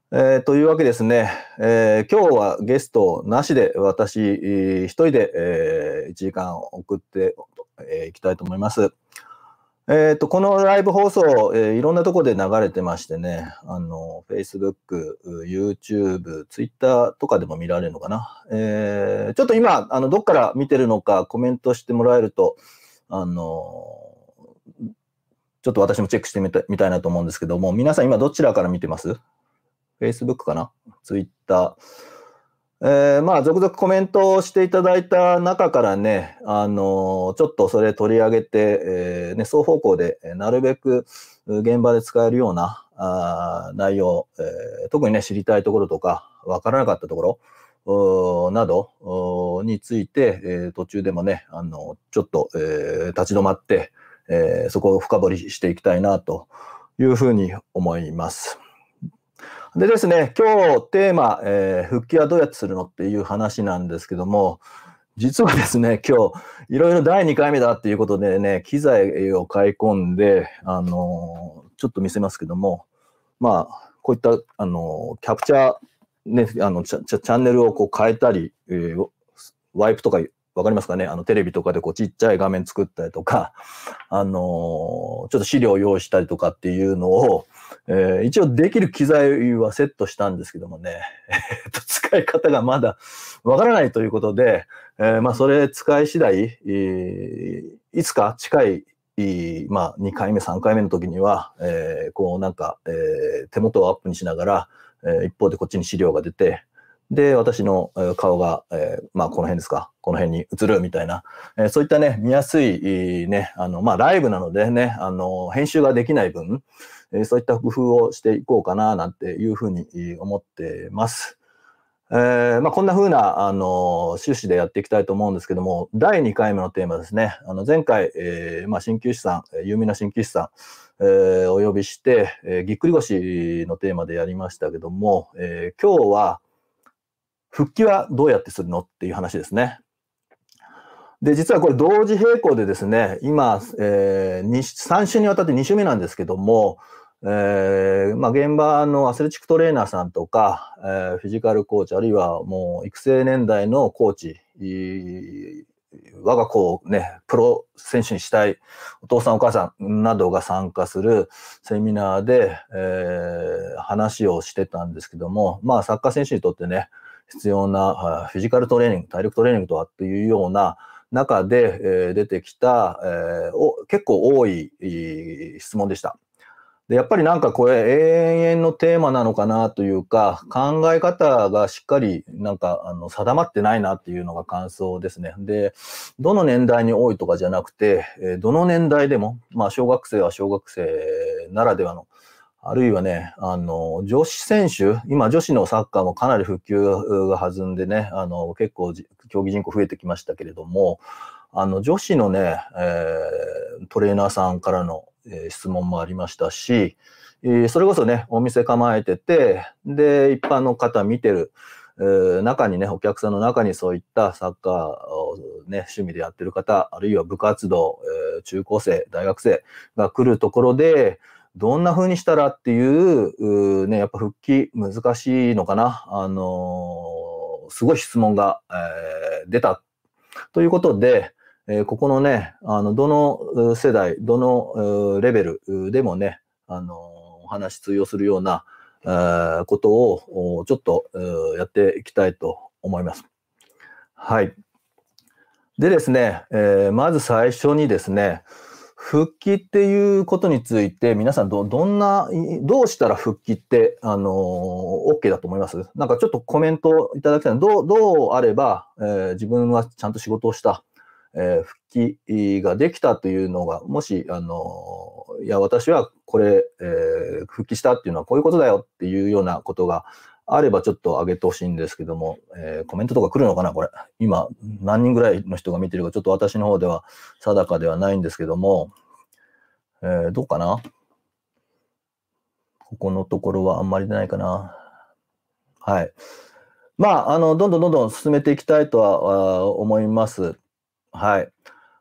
というわけですね、今日はゲストなしで私一人で、1時間送っていきたいと思います。このライブ放送、いろんなところで流れてましてね、Facebook、YouTube、Twitter とかでも見られるのかな。ちょっと今、どっから見てるのかコメントしてもらえると、ちょっと私もチェックしてみたいなと思うんですけども、皆さん今どちらから見てます？Facebook かな ?Twitter。まあ、続々コメントをしていただいた中からね、ちょっとそれ取り上げて、ね、双方向でなるべく現場で使えるような内容、特にね、知りたいところとか、わからなかったところなどについて、途中でもね、ちょっと、立ち止まって、そこを深掘りしていきたいなというふうに思います。でですね、今日テーマ、復帰はどうやってするのっていう話なんですけども、実はですね、今日いろいろ第2回目だっていうことでね、機材を買い込んで、ちょっと見せますけども、まあ、こういった、キャプチャー、ね、チャンネルをこう変えたり、ワイプとかわかりますかね、テレビとかでこうちっちゃい画面作ったりとか、ちょっと資料を用意したりとかっていうのを、一応できる機材はセットしたんですけどもね、使い方がまだわからないということで、まあそれ使い次第、いつか近い、まあ2回目、3回目の時には、こうなんか、手元をアップにしながら、一方でこっちに資料が出て、で、私の顔が、まあこの辺ですか、この辺に映るみたいな、そういったね、見やすい、ね、まあライブなのでね、編集ができない分、そういった工夫をしていこうかななんていうふうに思ってます。まあこんな風な趣旨でやっていきたいと思うんですけども、第2回目のテーマですね。前回、まあ鍼灸師さん、有名な鍼灸師さん、お呼びして、ぎっくり腰のテーマでやりましたけども、今日は復帰はどうやってするのっていう話ですね。で、実はこれ同時並行でですね、今、3週にわたって2週目なんですけども、まあ、現場のアスレチックトレーナーさんとか、フィジカルコーチ、あるいはもう育成年代のコーチ、我が子をね、プロ選手にしたいお父さんお母さんなどが参加するセミナーで、話をしてたんですけども、まあサッカー選手にとってね、必要なフィジカルトレーニング、体力トレーニングとはっていうような中で、出てきた、結構多い質問でした。で、やっぱりなんかこれ永遠のテーマなのかなというか、考え方がしっかりなんか定まってないなっていうのが感想ですね。で、どの年代に多いとかじゃなくて、どの年代でも、まあ小学生は小学生ならではの、あるいはね、女子選手、今女子のサッカーもかなり普及が弾んでね、結構競技人口増えてきましたけれども、女子のね、トレーナーさんからの、質問もありましたし、それこそね、お店構えてて、で、一般の方見てる、中にね、お客さんの中にそういったサッカーをね、趣味でやってる方、あるいは部活動、中高生、大学生が来るところで、どんな風にしたらっていう、ね、やっぱ復帰難しいのかな。すごい質問が、出たということで、ここのね、どの世代、どのレベルでもね、お話通用するようなことをちょっとやっていきたいと思います。はい。でですね、まず最初にですね、復帰っていうことについて皆さんどうしたら復帰ってOK だと思います？なんかちょっとコメントいただきたいのどうあれば、自分はちゃんと仕事をした、復帰ができたというのが、もしいや私はこれ、復帰したっていうのはこういうことだよっていうようなことがあればちょっと上げてほしいんですけども、コメントとか来るのかなこれ。今、何人ぐらいの人が見てるか、ちょっと私の方では定かではないんですけども、どうかなここのところはあんまり出ないかな。はい。まあ、どんどん進めていきたいとは思います。はい。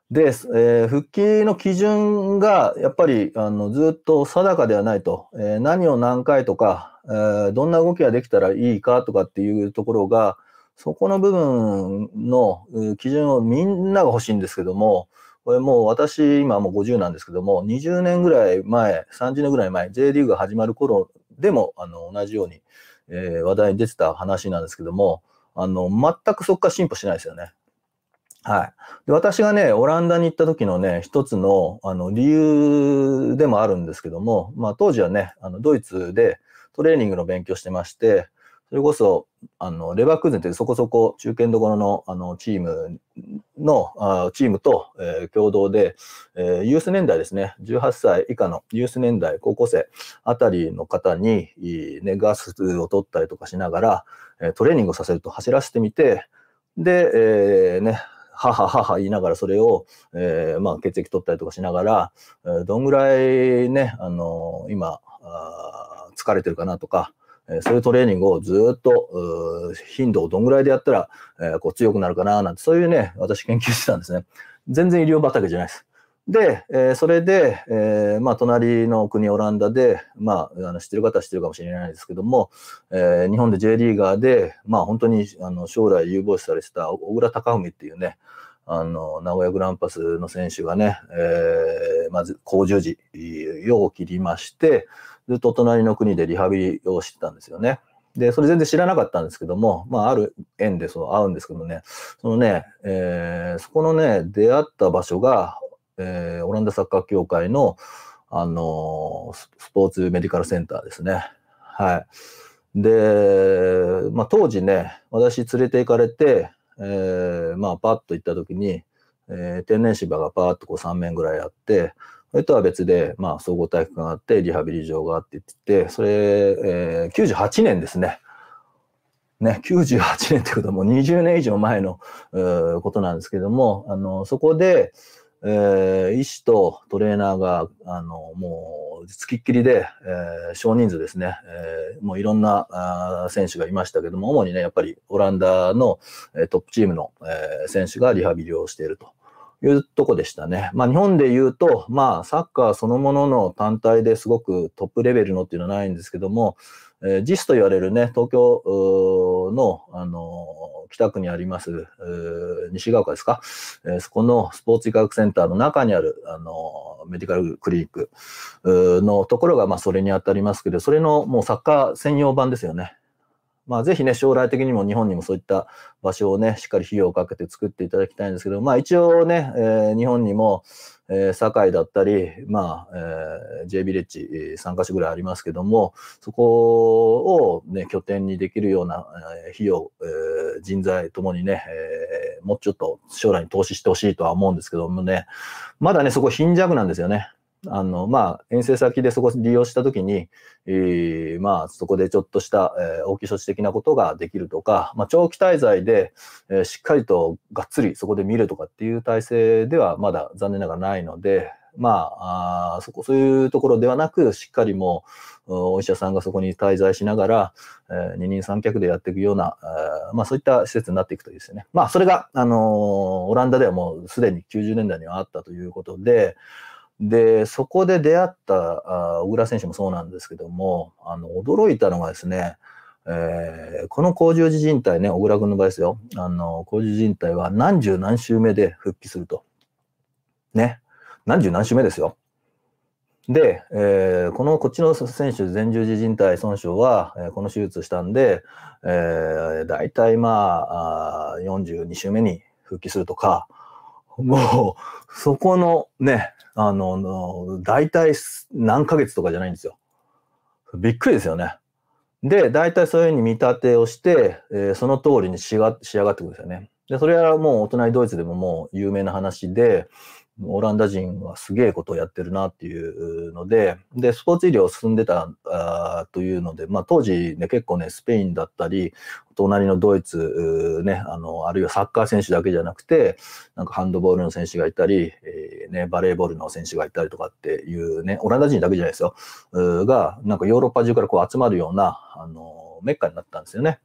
で、復帰の基準がやっぱりずっと定かではないと、何を何回とか、どんな動きができたらいいかとかっていうところが、そこの部分の基準をみんなが欲しいんですけども、これもう私今もう50なんですけども、20年ぐらい前、30年ぐらい前、J リーグが始まる頃でも同じように、話題に出てた話なんですけども、全くそこから進歩しないですよね。はい。で、私がね、オランダに行った時のね、一つの、理由でもあるんですけども、まあ、当時はね、ドイツでトレーニングの勉強してまして、それこそ、レバークーゼンというそこそこ中堅どころの、チームと、共同で、ユース年代ですね、18歳以下のユース年代、高校生あたりの方に、ね、ガスを取ったりとかしながら、トレーニングをさせると走らせてみて、で、ね、はははは言いながらそれを、まあ、血液取ったりとかしながら、どんぐらいね、今疲れてるかなとか、そういうトレーニングをずっと頻度をどんぐらいでやったら、こう強くなるかななんて、そういうね、私研究してたんですね。全然医療畑じゃないです。で、それで、まあ、隣の国オランダで、まあ、知ってる方は知ってるかもしれないですけども、日本で J リーガーで、まあ、本当に将来有望視されてた小倉隆文っていうね、名古屋グランパスの選手がね、まず甲十字を切りまして、ずっと隣の国でリハビリをしてたんですよね。で、それ全然知らなかったんですけども、まあ、ある縁でそう会うんですけどね、そのね、そこのね、出会った場所が、オランダサッカー協会の、スポーツメディカルセンターですね。はい。で、まあ、当時ね、私連れて行かれて、まあ、パッと行った時に、天然芝がパーッとこう3面ぐらいあって、それとは別で、まあ、総合体育館があって、リハビリ場があってって言って、それ、98年ですね。ね、98年ってことはもう20年以上前のことなんですけども、そこで、医師とトレーナーが、もう、つきっきりで、少人数ですね、もういろんな選手がいましたけども、主にね、やっぱりオランダのトップチームの、選手がリハビリをしているというとこでしたね。まあ、日本で言うと、まあ、サッカーそのものの単体ですごくトップレベルのっていうのはないんですけども、JIS と言われるね、東京の、北区にあります、西ヶ丘ですか、そこのスポーツ医科学センターの中にある、メディカルクリニックのところが、まあ、それに当たりますけど、それのもうサッカー専用版ですよね。まあ、ぜひね、将来的にも日本にもそういった場所をね、しっかり費用をかけて作っていただきたいんですけど、まあ一応ね、日本にも、堺だったり、まあ、J ビレッジ3カ所ぐらいありますけども、そこをね、拠点にできるような、費用、人材ともにね、もうちょっと将来に投資してほしいとは思うんですけどもね、まだね、そこ貧弱なんですよね。まあ、遠征先でそこを利用したときに、まあ、そこでちょっとした、応急処置的なことができるとか、まあ、長期滞在で、しっかりとがっつりそこで見るとかっていう体制ではまだ残念ながらないので、まあ、そういうところではなく、しっかりもう、お医者さんがそこに滞在しながら、二人三脚でやっていくような、まあそういった施設になっていくといいですよね。まあそれが、オランダではもうすでに90年代にはあったということで、で、そこで出会った小倉選手もそうなんですけども、驚いたのがですね、この甲状靭帯ね、小倉君の場合ですよ。甲状靭帯は何十何週目で復帰すると。ね。何十何週目ですよ。で、こっちの選手、前十字靭帯損傷は、この手術したんで、大体まあ、42週目に復帰するとか、もう、そこのね、大体何ヶ月とかじゃないんですよ。びっくりですよね。で、大体そういうふうに見立てをして、その通りに仕上がってくるんですよね。で、それはもうお隣ドイツでももう有名な話で、オランダ人はすげえことをやってるなっていうので、で、スポーツ医療進んでたというので、まあ当時ね、結構ね、スペインだったり、隣のドイツ、ね、あるいはサッカー選手だけじゃなくて、なんかハンドボールの選手がいたり、ね、バレーボールの選手がいたりとかっていうね、オランダ人だけじゃないですよ。が、なんかヨーロッパ中からこう集まるような、メッカになったんですよね。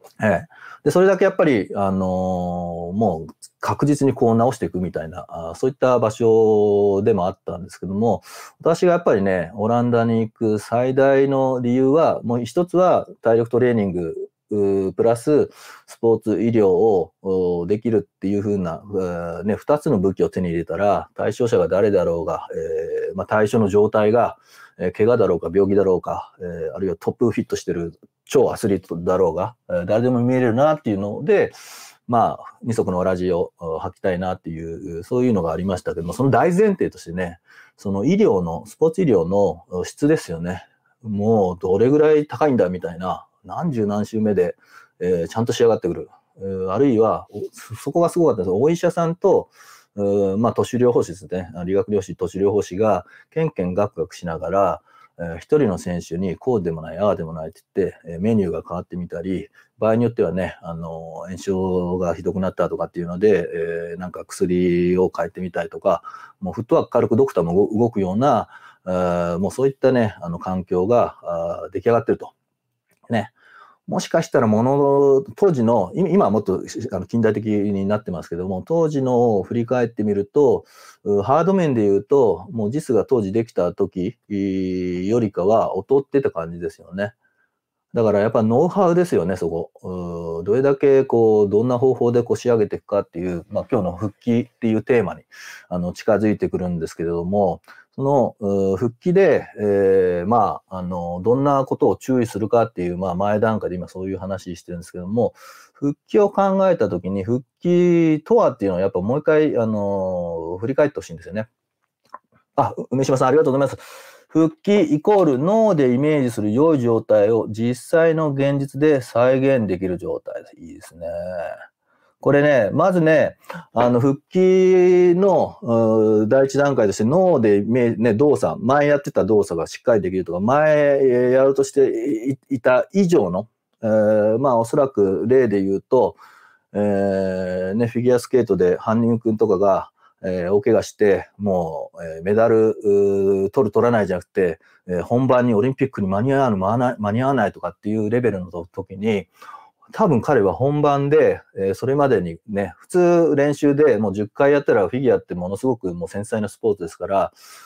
で、それだけやっぱり、もう確実にこう直していくみたいな、そういった場所でもあったんですけども、私がやっぱりね、オランダに行く最大の理由は、もう一つは体力トレーニング、プラススポーツ医療をできるっていう風な、ね、2つの武器を手に入れたら、対象者が誰だろうが、対象の状態が、怪我だろうか病気だろうか、あるいはトップフィットしてる超アスリートだろうが、誰でも見えるなっていうので、二足のわらじを履きたいなっていう、そういうのがありましたけども、その大前提としてね、その医療の、スポーツ医療の質ですよね。もうどれぐらい高いんだみたいな、何十何週目で、ちゃんと仕上がってくる。あるいは、そこがすごかったです。お医者さんと、都市療法士ですね。理学療士、都市療法士が、ケンケンガクガクしながら、一人の選手にこうでもない、ああでもないって言って、メニューが変わってみたり、場合によってはね、炎症がひどくなったとかっていうので、なんか薬を変えてみたりとか、もうフットワーク軽くドクターも動くような、もうそういったね、環境が出来上がってると。ね。もしかしたら当時の、今はもっと近代的になってますけども、当時のを振り返ってみると、ハード面で言うと、もうJISが当時できた時よりかは劣ってた感じですよね。だからやっぱノウハウですよね、そこ。どれだけどんな方法で仕上げていくかっていう、今日の復帰っていうテーマに近づいてくるんですけれども、その復帰で、どんなことを注意するかっていう、前段階で今そういう話してるんですけども、復帰を考えたときに、復帰とはっていうのはやっぱもう一回、振り返ってほしいんですよね。梅島さんありがとうございます。復帰イコール脳でイメージする良い状態を実際の現実で再現できる状態です。いいですね。これね、まずね、復帰の第一段階として脳で動作、前やってた動作がしっかりできるとか、前やろうとしていた以上の、おそらく例で言うと、フィギュアスケートで羽生くんとかが、大怪我して、もう、メダル取らないじゃなくて、本番にオリンピックに間に合わないとかっていうレベルの時に、多分彼は本番で、それまでにね、普通練習でもう10回やったらフィギュアってものすごくもう繊細なスポーツですから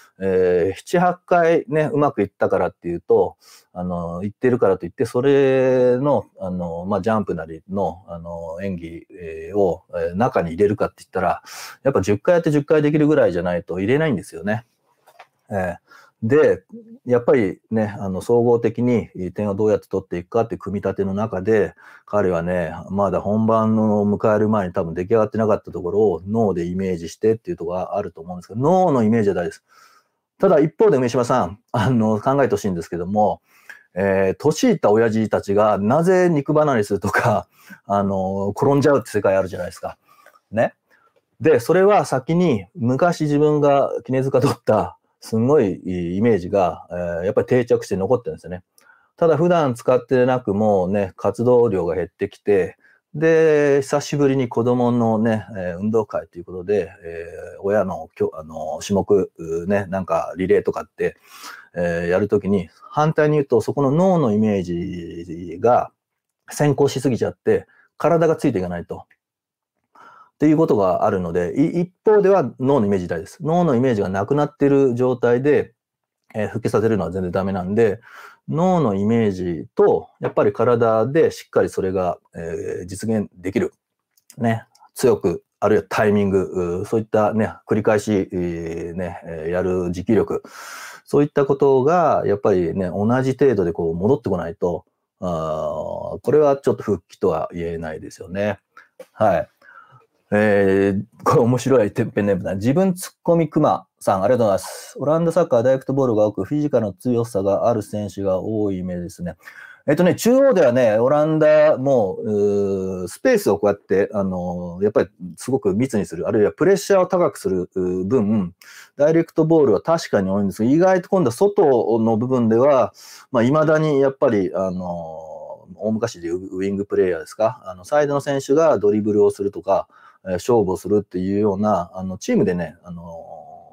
、7、8回ね、うまくいったからっていうと、言ってるからといって、それの、ジャンプなりの、演技を中に入れるかって言ったら、やっぱ10回やって10回できるぐらいじゃないと入れないんですよね。で、やっぱりね、総合的に点をどうやって取っていくかっていう組み立ての中で、彼はね、まだ本番を迎える前に多分出来上がってなかったところを脳でイメージしてっていうところがあると思うんですけど、脳のイメージは大事です。ただ一方で梅島さん、考えてほしいんですけども、年いった親父たちがなぜ肉離れするとか、転んじゃうって世界あるじゃないですか。ね。で、それは先に昔自分が絹塚取ったすごいイメージが、やっぱり定着して残ってるんですよね。ただ普段使ってなくもね、活動量が減ってきて、で、久しぶりに子供のね、運動会ということで、親の種目、ね、なんかリレーとかって、やるときに、反対に言うと、そこの脳のイメージが先行しすぎちゃって、体がついていかないと。っていうことがあるので、一方では脳のイメージ大事です。脳のイメージがなくなっている状態で、復帰させるのは全然ダメなんで、脳のイメージと、やっぱり体でしっかりそれが、実現できる。ね。強く、あるいはタイミング、そういったね、繰り返し、やる持久力。そういったことが、やっぱりね、同じ程度で戻ってこないと、これはちょっと復帰とは言えないですよね。はい。これ面白いてっぺんネームだ。自分ツッコミクマさん、ありがとうございます。オランダサッカーはダイレクトボールが多く、フィジカルの強さがある選手が多いイメージですね。中央ではね、オランダも、スペースをこうやって、やっぱりすごく密にする、あるいはプレッシャーを高くする分、ダイレクトボールは確かに多いんですが、意外と今度は外の部分では、未だにやっぱり、大昔でいうウィングプレイヤーですか、サイドの選手がドリブルをするとか、勝負をするっていうような、チームでね、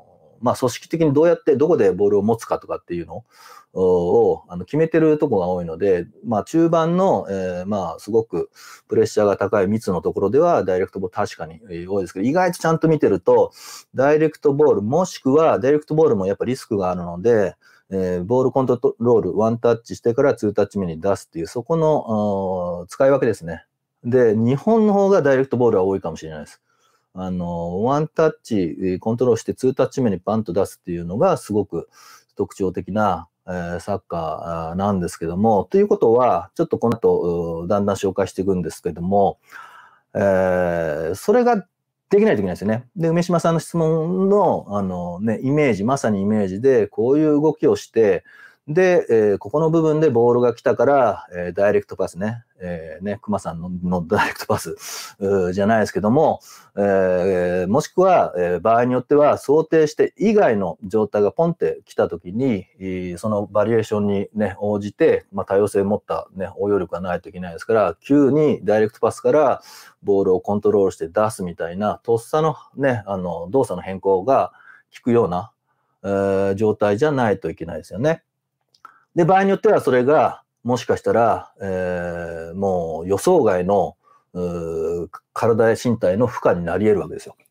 組織的にどうやってどこでボールを持つかとかっていうのを決めてるところが多いので、中盤の、すごくプレッシャーが高い密のところではダイレクトボール確かに多いですけど、意外とちゃんと見てると、ダイレクトボールもしくはダイレクトボールもやっぱリスクがあるので、ボールコントロール、ワンタッチしてからツータッチ目に出すっていう、そこの使い分けですね。で、日本の方がダイレクトボールは多いかもしれないです。ワンタッチ、コントロールしてツータッチ目にパンと出すっていうのがすごく特徴的な、サッカーなんですけども、ということは、ちょっとこの後、だんだん紹介していくんですけども、それができないといけないですよね。で、梅島さんの質問の、イメージ、まさにイメージで、こういう動きをして、で、ここの部分でボールが来たから、ダイレクトパスね、熊さんのダイレクトパスじゃないですけども、もしくは、場合によっては想定して以外の状態がポンって来たときに、そのバリエーションにね、応じて、多様性を持ったね、応用力がないといけないですから、急にダイレクトパスからボールをコントロールして出すみたいな、とっさのね、動作の変更が効くような、状態じゃないといけないですよね。で、場合によってはそれが、もしかしたら、もう予想外の体や身体の負荷になり得るわけですよ。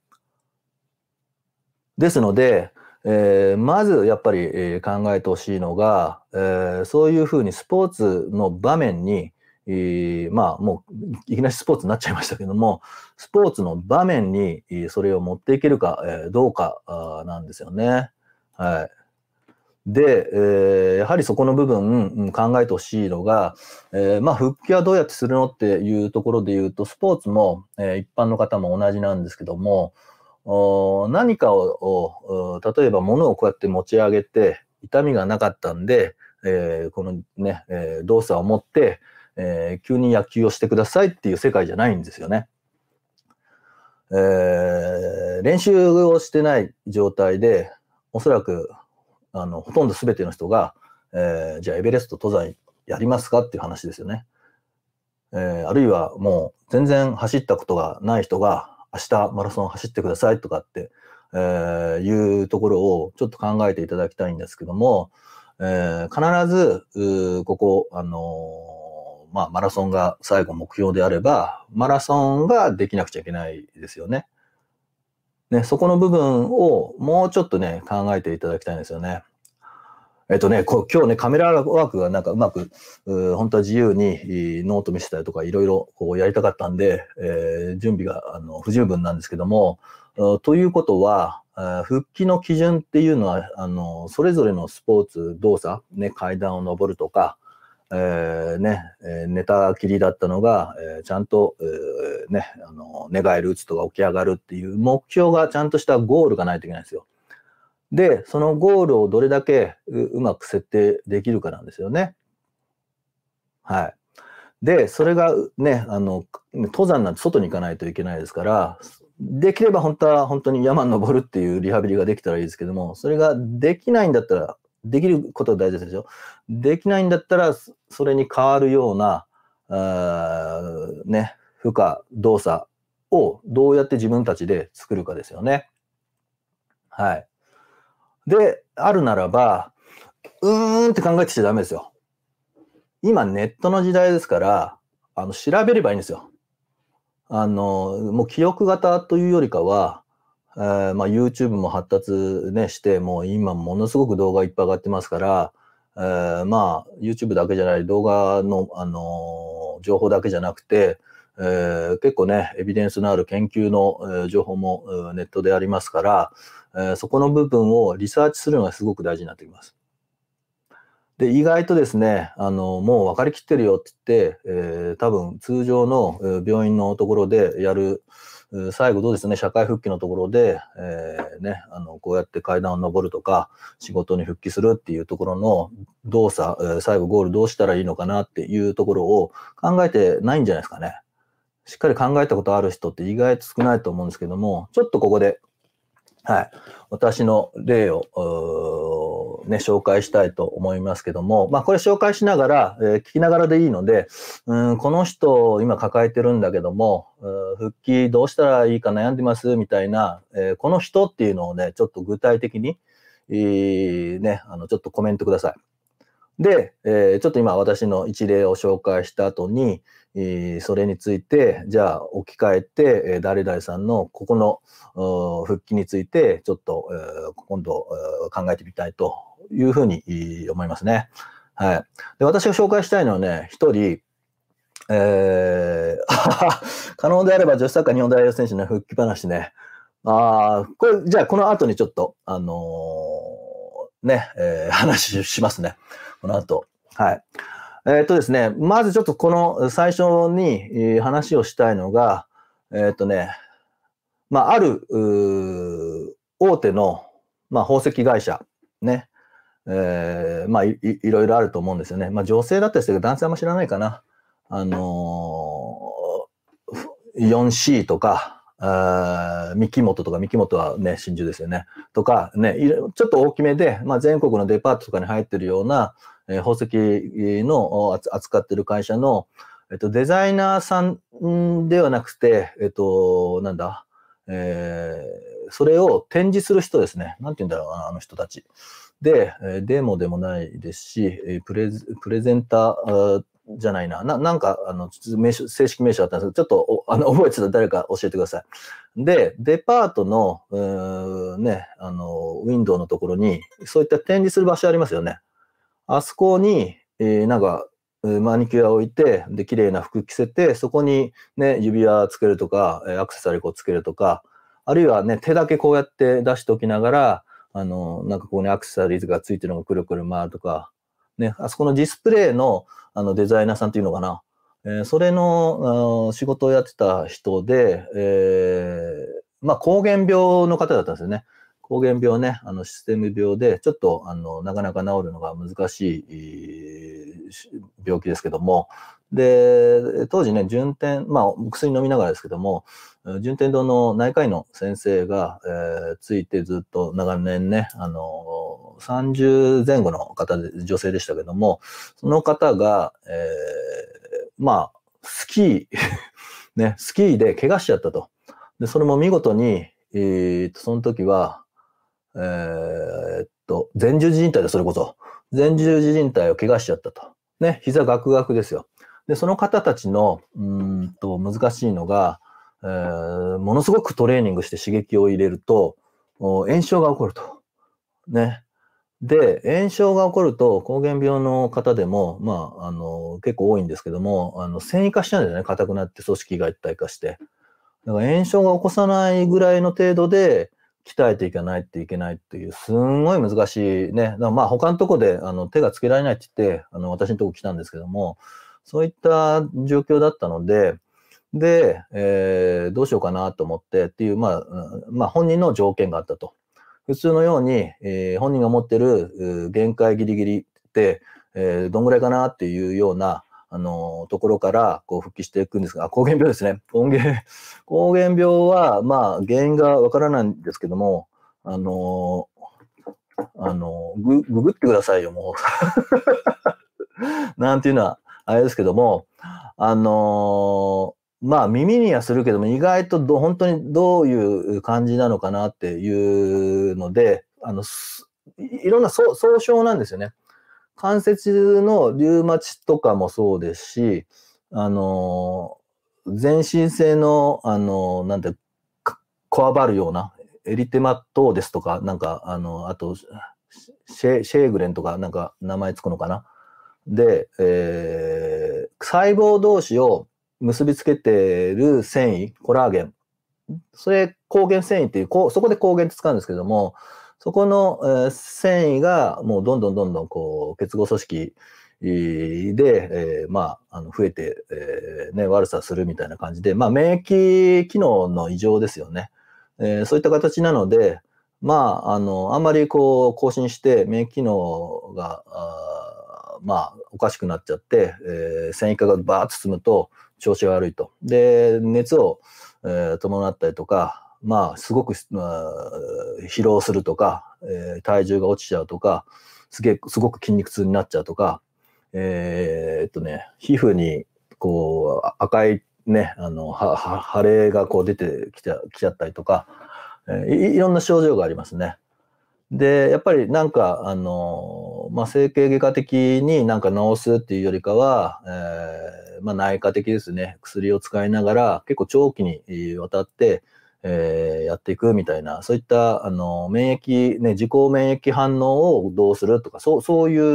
ですので、まずやっぱり考えてほしいのが、そういうふうにスポーツの場面に、もういきなりスポーツになっちゃいましたけども、スポーツの場面にそれを持っていけるかどうかなんですよね。はい。で、やはりそこの部分、考えてほしいのが、復帰はどうやってするのっていうところで言うと、スポーツも、一般の方も同じなんですけども、何かを、例えば物をこうやって持ち上げて、痛みがなかったんで、このね、動作を持って、急に野球をしてくださいっていう世界じゃないんですよね。練習をしてない状態で、おそらく、ほとんど全ての人が、じゃあエベレスト登山やりますかっていう話ですよね。あるいはもう全然走ったことがない人が明日マラソン走ってくださいとかって、いうところをちょっと考えていただきたいんですけども、必ずここ、マラソンが最後目標であれば、マラソンができなくちゃいけないですよね。ね、そこの部分をもうちょっとね、考えていただきたいんですよね。今日ね、カメラワークがなんかうまく、本当は自由にノート見せたりとかいろいろこうやりたかったんで、準備が不十分なんですけども、ということは、復帰の基準っていうのは、それぞれのスポーツ動作、ね、階段を上るとか、寝たきりだったのが、ちゃんと、寝返り打つとか起き上がるっていう目標がちゃんとしたゴールがないといけないんですよ。で、そのゴールをどれだけうまく設定できるかなんですよね。はい。で、それがね、登山なんて外に行かないといけないですから、できれば本当に山に登るっていうリハビリができたらいいですけども、それができないんだったら、できることは大事ですよ。できないんだったら、それに変わるような、負荷、動作をどうやって自分たちで作るかですよね。はい。で、あるならば、って考えてちゃダメですよ。今ネットの時代ですから、調べればいいんですよ。もう記憶型というよりかは、YouTube も発達ね、して、もう今ものすごく動画いっぱい上がってますから、YouTube だけじゃない動画の、情報だけじゃなくて、結構ね、エビデンスのある研究の、情報もネットでありますから、そこの部分をリサーチするのがすごく大事になってきます。で、意外とですね、もう分かりきってるよって言って、多分通常の病院のところでやる、最後どうですね、社会復帰のところで、こうやって階段を上るとか、仕事に復帰するっていうところの動作、最後ゴールどうしたらいいのかなっていうところを考えてないんじゃないですかね。しっかり考えたことある人って意外と少ないと思うんですけども、ちょっとここで、はい、私の例を、 ね、紹介したいと思いますけども、まあ、これ紹介しながら、聞きながらでいいので、この人今抱えてるんだけども、復帰どうしたらいいか悩んでますみたいな、この人っていうのをね、ちょっと具体的に、ね、ちょっとコメントください。で、ちょっと今私の一例を紹介した後に、それについて、じゃあ置き換えて、誰々さんのここの復帰について、ちょっと、今度考えてみたいというふうに思いますね。はい。で、私が紹介したいのはね、一人、可能であれば女子サッカー日本代表選手の復帰話ね。これ、じゃあこの後にちょっと、ね、話しますね。この後。はい。ですね、まずちょっとこの最初に話をしたいのが、まあ、ある、大手の、まあ、宝石会社、ね。まあいろいろあると思うんですよね。まあ、女性だったりするけど、男性あんま知らないかな。4C とか、三木本とか、三木本はね、真珠ですよね。とか、ね、ちょっと大きめで、まあ、全国のデパートとかに入ってるような、宝石の扱ってる会社の、デザイナーさんではなくて、なんだ、それを展示する人ですね。なんて言うんだろうな、あの人たち。で、デモでもないですし、プレゼンターじゃないな。なんか、正式名称だったんですけど、ちょっと、覚えてたら誰か教えてください。で、デパートの、ね、ウィンドウのところに、そういった展示する場所ありますよね。あそこに、なんか、マニキュアを置いて、で、綺麗な服着せて、そこにね、指輪つけるとか、アクセサリーこうつけるとか、あるいはね、手だけこうやって出しておきながら、なんかここにアクセサリーがついてるのがくるくる回るとか、ね、あそこのディスプレイの、デザイナーさんっていうのかな。それの仕事をやってた人で、まあ、膠原病の方だったんですよね。膠原病ね、システム病で、ちょっと、なかなか治るのが難しい病気ですけども、で、当時ね、順天、まあ、薬飲みながらですけども、順天堂の内科医の先生が、ついてずっと長年ね、30前後の方で、女性でしたけども、その方が、まあ、スキー、ね、スキーで怪我しちゃったと。で、それも見事に、その時は、前十字靭帯でそれこそ、前十字靭帯を怪我しちゃったと。ね、膝ガクガクですよ。で、その方たちの、難しいのが、ものすごくトレーニングして刺激を入れると、炎症が起こると。ね。で、炎症が起こると、膠原病の方でも、まあ、結構多いんですけども、繊維化しちゃうんですよね。硬くなって組織が一体化して。だから炎症が起こさないぐらいの程度で、鍛えていかないといけないっていう、すんごい難しいね。だからまあ他のとこで手がつけられないって言って、私のとこ来たんですけども、そういった状況だったので、で、どうしようかなと思ってっていう、まあ本人の条件があったと。普通のように、本人が持ってる限界ギリギリって、どんぐらいかなっていうような、ところから、こう、復帰していくんですが、膠原病ですね。膠原病は、まあ、原因がわからないんですけども、ググってくださいよ、もう。なんていうのは、あれですけども、まあ、耳にはするけども、意外と本当にどういう感じなのかなっていうので、いろんな総称なんですよね。関節のリウマチとかもそうですし、全身性の、なんて、こわばるような、エリテマトーデスとか、なんか、あと、シェーグレンとか、なんか名前つくのかな。で、細胞同士を結びつけてる繊維、コラーゲン。それ、抗原繊維っていう、そこで抗原って使うんですけども、そこの、繊維がもうどんどんこう結合組織で、まあ、増えて、ね、悪さするみたいな感じで、まあ、免疫機能の異常ですよね。そういった形なので、まあ、あんまりこう、更新して免疫機能が、まあ、おかしくなっちゃって、繊維化がバーッと進むと調子が悪いと。で、熱を、伴ったりとか、まあ、すごく、疲労するとか、体重が落ちちゃうとか、 すごく筋肉痛になっちゃうとか、皮膚にこう赤いね、腫れがこう出てきちゃったりとか、いろんな症状がありますね。で、やっぱりなんか、整形外科的になんか治すっていうよりかは、内科的ですね。薬を使いながら結構長期にわたって、やっていくみたいな、そういった、免疫、ね、自己免疫反応をどうするとか、そういう、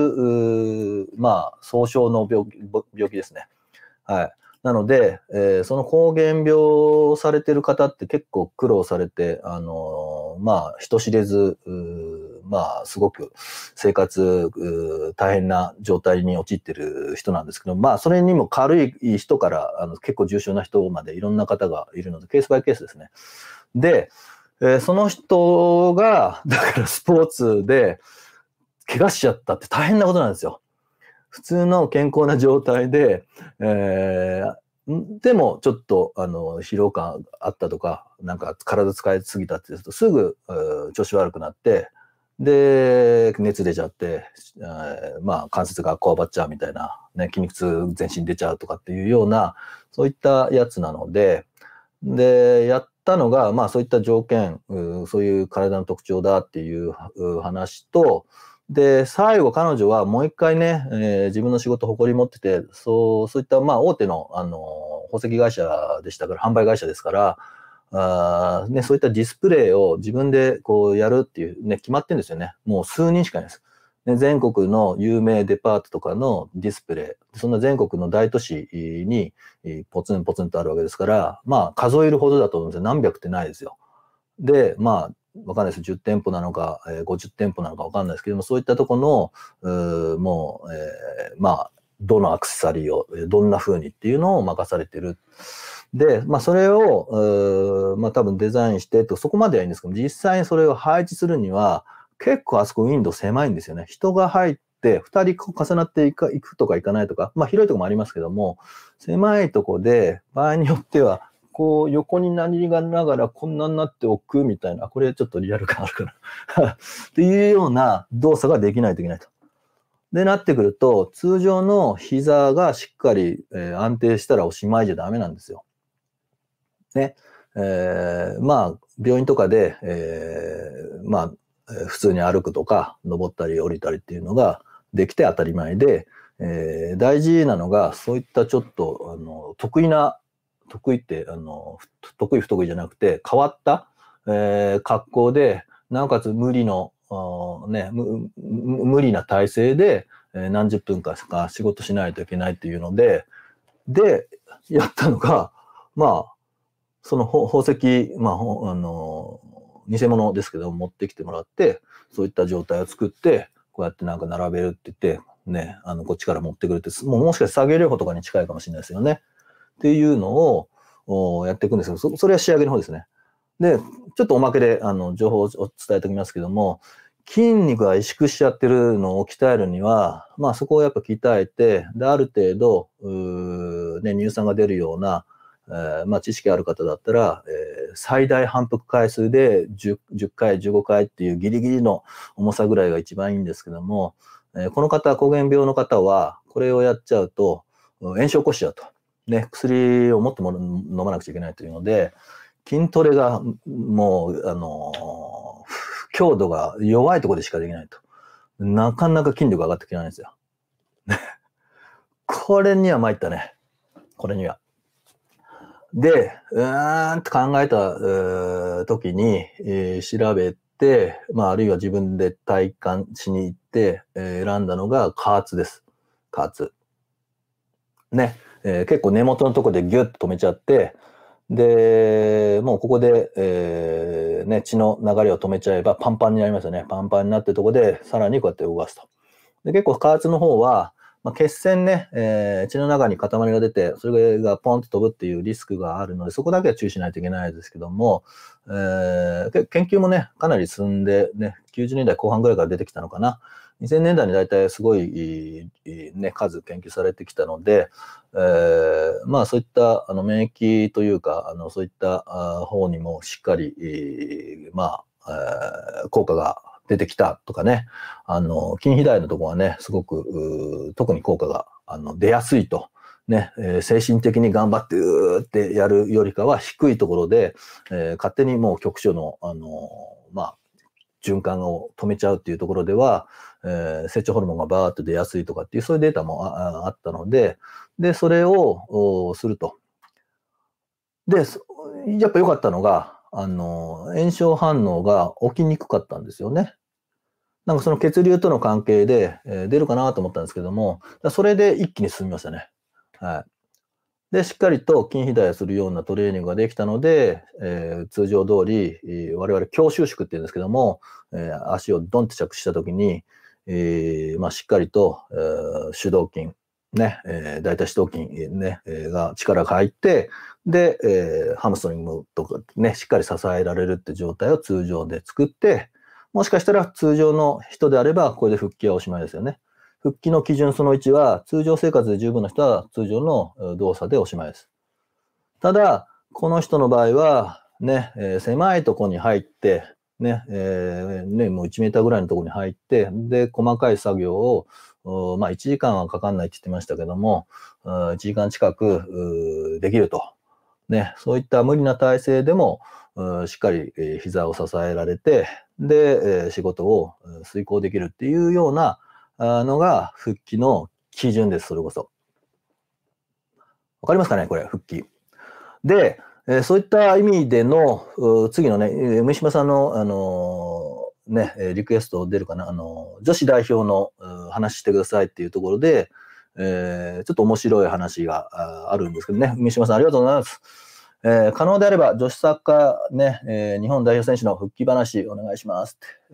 総称の病気ですね。はい。なので、その膠原病をされてる方って結構苦労されて、人知れず、すごく生活、大変な状態に陥ってる人なんですけど、それにも軽い人から、結構重症な人までいろんな方がいるので、ケースバイケースですね。で、その人が、だからスポーツで怪我しちゃったって大変なことなんですよ。普通の健康な状態で、でもちょっと疲労感あったとか、なんか体使いすぎたって言うとすぐ調子悪くなって、で、熱出ちゃって、関節がこわばっちゃうみたいな、ね、筋肉痛全身出ちゃうとかっていうような、そういったやつなので、で、やったのが、そういった条件、そういう体の特徴だっていう話と、で、最後彼女はもう一回ね、自分の仕事誇り持ってて、そういった大手の宝石会社でしたから、販売会社ですから、そういったディスプレイを自分でこうやるっていうね、決まってるんですよね。もう数人しかいないです。で、全国の有名デパートとかのディスプレイ、そんな全国の大都市にポツンポツンとあるわけですから、数えるほどだと思うんですよ。何百ってないですよ。で、わかんないです。10店舗なのか、50店舗なのかわかんないですけども、そういったところの、どのアクセサリーをどんな風にっていうのを任されてる。で、それを、多分デザインしてと、そこまではいいんですけど、実際にそれを配置するには、結構あそこウィンドウ狭いんですよね。人が入って、2人重なっていくとかいかないとか、広いところもありますけども、狭いとこで、場合によっては、こう横になりながらこんなになっておくみたいな、これちょっとリアル感あるかなっていうような動作ができないといけないと。で、なってくると、通常の膝がしっかり、安定したらおしまいじゃダメなんですよ。ね。病院とかで、普通に歩くとか、登ったり降りたりっていうのができて当たり前で、大事なのが、そういったちょっと、得意って、得意不得意じゃなくて、変わった、格好で、なおかつ無理な体勢で、何十分か仕事しないといけないっていうので、やったのが、その宝石、偽物ですけど、持ってきてもらって、そういった状態を作って、こうやってなんか並べるって言って、ね、こっちから持ってくるって、もしかして作業療法とかに近いかもしれないですよね。っていうのをやっていくんですけど、それは仕上げの方ですね。で、ちょっとおまけで情報を伝えておきますけども、筋肉が萎縮しちゃってるのを鍛えるには、そこをやっぱ鍛えて、で、ある程度、乳酸が出るような、知識ある方だったら、最大反復回数で 10回、15回っていうギリギリの重さぐらいが一番いいんですけども、この方、膠原病の方は、これをやっちゃうと、炎症を起こしちゃうと。ね、薬をもっと飲まなくちゃいけないというので、筋トレがもう、強度が弱いところでしかできないと。なかなか筋力上がってきないんですよ。これには参ったね。これには。で、って考えた時に、調べて、あるいは自分で体感しに行って、選んだのが加圧です。加圧。ね。結構根元のところでギュッと止めちゃって、で、もうここで、血の流れを止めちゃえばパンパンになりますよね。パンパンになってるところで、さらにこうやって動かすと。で、結構加圧の方は、血栓ね、血の中に塊が出て、それがポンと飛ぶっていうリスクがあるので、そこだけは注意しないといけないですけども、研究もね、かなり進んで、ね、90年代後半ぐらいから出てきたのかな。2000年代に大体すごい、数研究されてきたので、そういった免疫というか、そういった方にもしっかり、効果が出てきたとかね、筋肥大のところはね、すごく、特に効果が出やすいと。ね、精神的に頑張ってうーってやるよりかは低いところで、勝手にもう局所の、循環を止めちゃうっていうところでは、成長ホルモンがバーッと出やすいとかっていう、そういうデータもあったので、で、それをすると。で、やっぱ良かったのが、炎症反応が起きにくかったんですよね。なんかその血流との関係で、出るかなと思ったんですけども、それで一気に進みましたね。はい。で、しっかりと筋肥大をするようなトレーニングができたので、通常通り、我々強収縮って言うんですけども、足をドンって着地したときに、しっかりと、主導筋、ね、大腿四頭筋、ね、が力が入って、で、ハムストリングとかね、しっかり支えられるって状態を通常で作って、もしかしたら通常の人であれば、これで復帰はおしまいですよね。復帰の基準その1は、通常生活で十分な人は通常の動作でおしまいです。ただ、この人の場合は、ね、狭いところに入って、ね、もう1メーターぐらいのところに入って、で、細かい作業を、1時間はかかんないって言ってましたけども、1時間近くできると。ね、そういった無理な体勢でも、しっかり膝を支えられて、で、仕事を遂行できるっていうようなのが復帰の基準です、それこそ。わかりますかね、これ、復帰。で、そういった意味での、次のね、梅島さんの、リクエスト出るかな、女子代表の話してくださいっていうところで、ちょっと面白い話があるんですけどね、梅島さんありがとうございます。可能であれば女子サッカーね、日本代表選手の復帰話お願いしますって。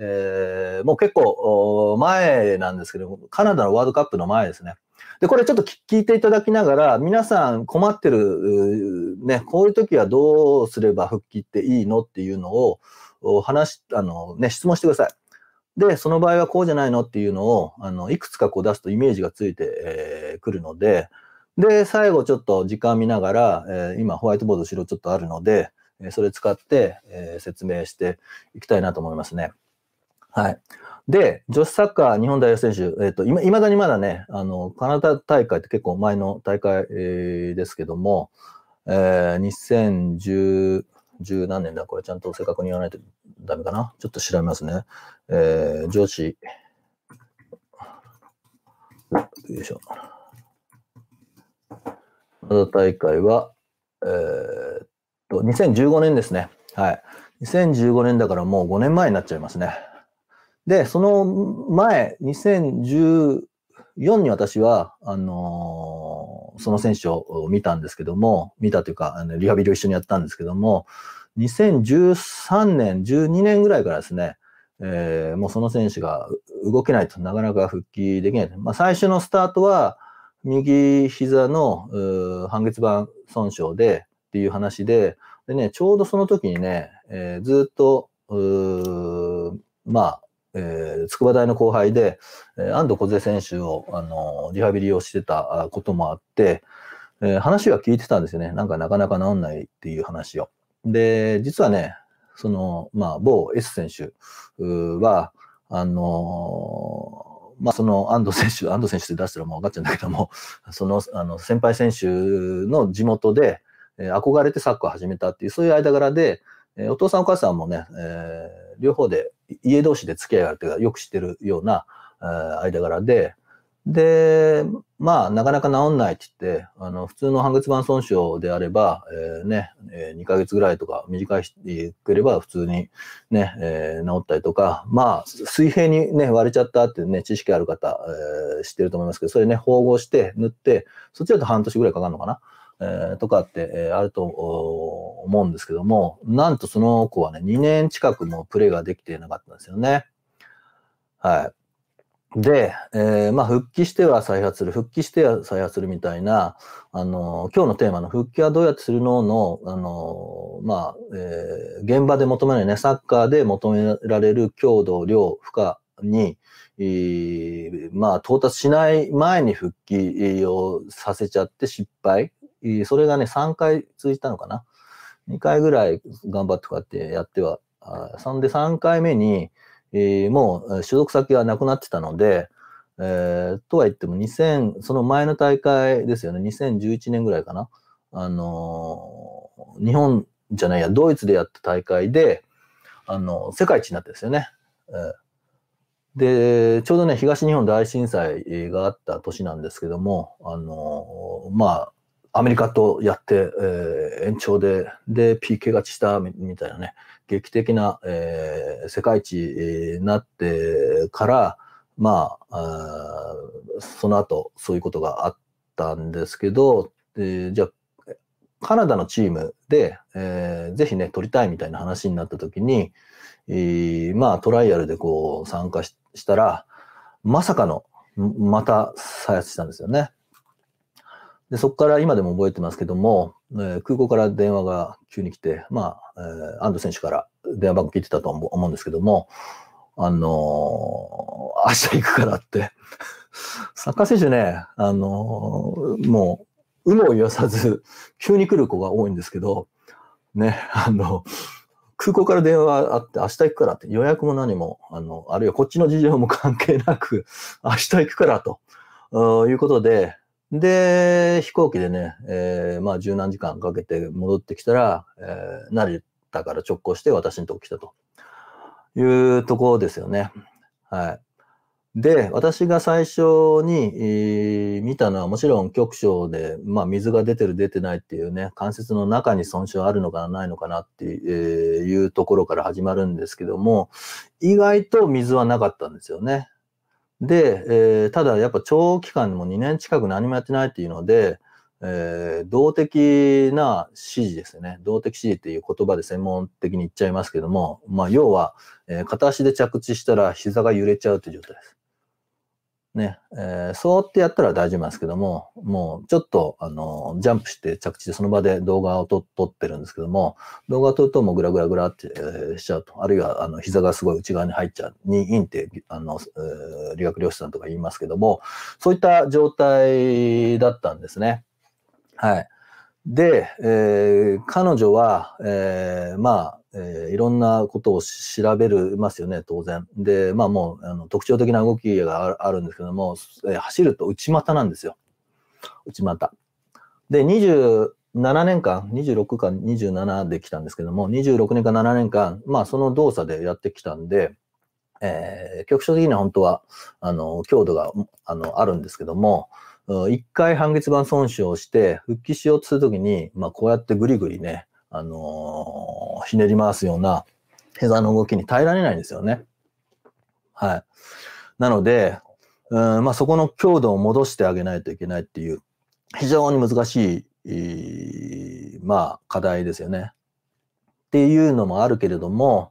もう結構前なんですけど、カナダのワールドカップの前ですね。で、これちょっと聞いていただきながら、皆さん困ってる、ね、こういう時はどうすれば復帰っていいのっていうのを質問してください。で、その場合はこうじゃないのっていうのを、いくつかこう出すとイメージがついてくるので、で、最後ちょっと時間見ながら、今ホワイトボード後ろちょっとあるので、それ使って、説明していきたいなと思いますね。はい。で、女子サッカー日本代表選手、いまだにまだね、カナダ大会って結構前の大会、ですけども、2010何年だこれちゃんと正確に言わないとダメかな。ちょっと調べますね。女子、よいしょ。カナダ大会は、2015年ですね。はい。2015年だからもう5年前になっちゃいますね。で、その前、2014に私は、その選手を見たんですけども、見たというか、リハビリを一緒にやったんですけども、2013年、12年ぐらいからですね、もうその選手が動けないとなかなか復帰できない。最初のスタートは、右膝の半月板損傷でっていう話で、でね、ちょうどその時にね、ずっと、筑波大の後輩で、安藤梢選手を、リハビリをしてたこともあって、話は聞いてたんですよね。なんかなかなか治んないっていう話を。で、実はね、某 S 選手は、その安藤選手って出したらもう分かっちゃうんだけども、先輩選手の地元で、憧れてサッカーを始めたっていう、そういう間柄で、お父さんお母さんもね、両方で家同士で付き合いがあるというか、よく知ってるような間柄で、で、なかなか治んないって言って、普通の半月板損傷であれば、2ヶ月ぐらいとか短ければ普通にね、治ったりとか、水平にね、割れちゃったってね、知識ある方、知ってると思いますけど、それね、縫合して塗って、そっちだと半年ぐらいかかるのかな。とかって、あると思うんですけども、なんとその子はね、2年近くもプレーができていなかったんですよね。はい。で、復帰しては再発する、復帰しては再発するみたいな、今日のテーマの復帰はどうやってするのの、現場で求められるね、サッカーで求められる強度、量、負荷に、到達しない前に復帰をさせちゃって失敗。それがね、3回続いたのかな。2回ぐらい頑張ってこうやってやっては、3回目に、 もう所属先がなくなってたので、とは言ってもその前の大会ですよね、2011年ぐらいかな。日本じゃないや、ドイツでやった大会で、世界一になったんですよね。で、ちょうどね、東日本大震災があった年なんですけども、アメリカとやって、延長で、PK 勝ちしたみたいなね、劇的な、世界一になってから、その後、そういうことがあったんですけど、じゃあ、カナダのチームで、ぜひね、取りたいみたいな話になった時に、トライアルでこう参加したら、まさかの、また再発したんですよね。で、そこから今でも覚えてますけども、空港から電話が急に来て、安藤選手から電話番号聞いてたと思うんですけども、明日行くからって。サッカー選手ね、もう、有無を言わさず、急に来る子が多いんですけど、ね、空港から電話あって、明日行くからって、予約も何も、あるいはこっちの事情も関係なく、明日行くからと、いうことで、飛行機でね、十何時間かけて戻ってきたら、成田から直行して私のとこ来たというところですよね。はい。で、私が最初に、見たのはもちろん局所で、水が出てる出てないっていうね、関節の中に損傷あるのかなないのかなっていうところから始まるんですけども、意外と水はなかったんですよね。で、ただやっぱ長期間も2年近く何もやってないっていうので、動的な指示ですよね。動的指示っていう言葉で専門的に言っちゃいますけども、要は、片足で着地したら膝が揺れちゃうという状態です。ね、そうってやったら大丈夫なんですけども、もうちょっと、ジャンプして着地でその場で動画を撮ってるんですけども、動画を撮るともうグラグラグラって、しちゃうと。あるいは、膝がすごい内側に入っちゃう。にインって、理学療師さんとか言いますけども、そういった状態だったんですね。はい。で、彼女は、いろんなことを調べますよね、当然。で、もう特徴的な動きがあるんですけども、走ると内股なんですよ。内股。で、27年間、26か27で来たんですけども、26年か7年間、その動作でやってきたんで、局所的には本当は、強度が、あるんですけども、一回半月板損傷して復帰しようとするときに、こうやってぐりぐりね、ひねり回すような膝の動きに耐えられないんですよね。はい。なので、そこの強度を戻してあげないといけないっていう、非常に難しい、課題ですよね。っていうのもあるけれども、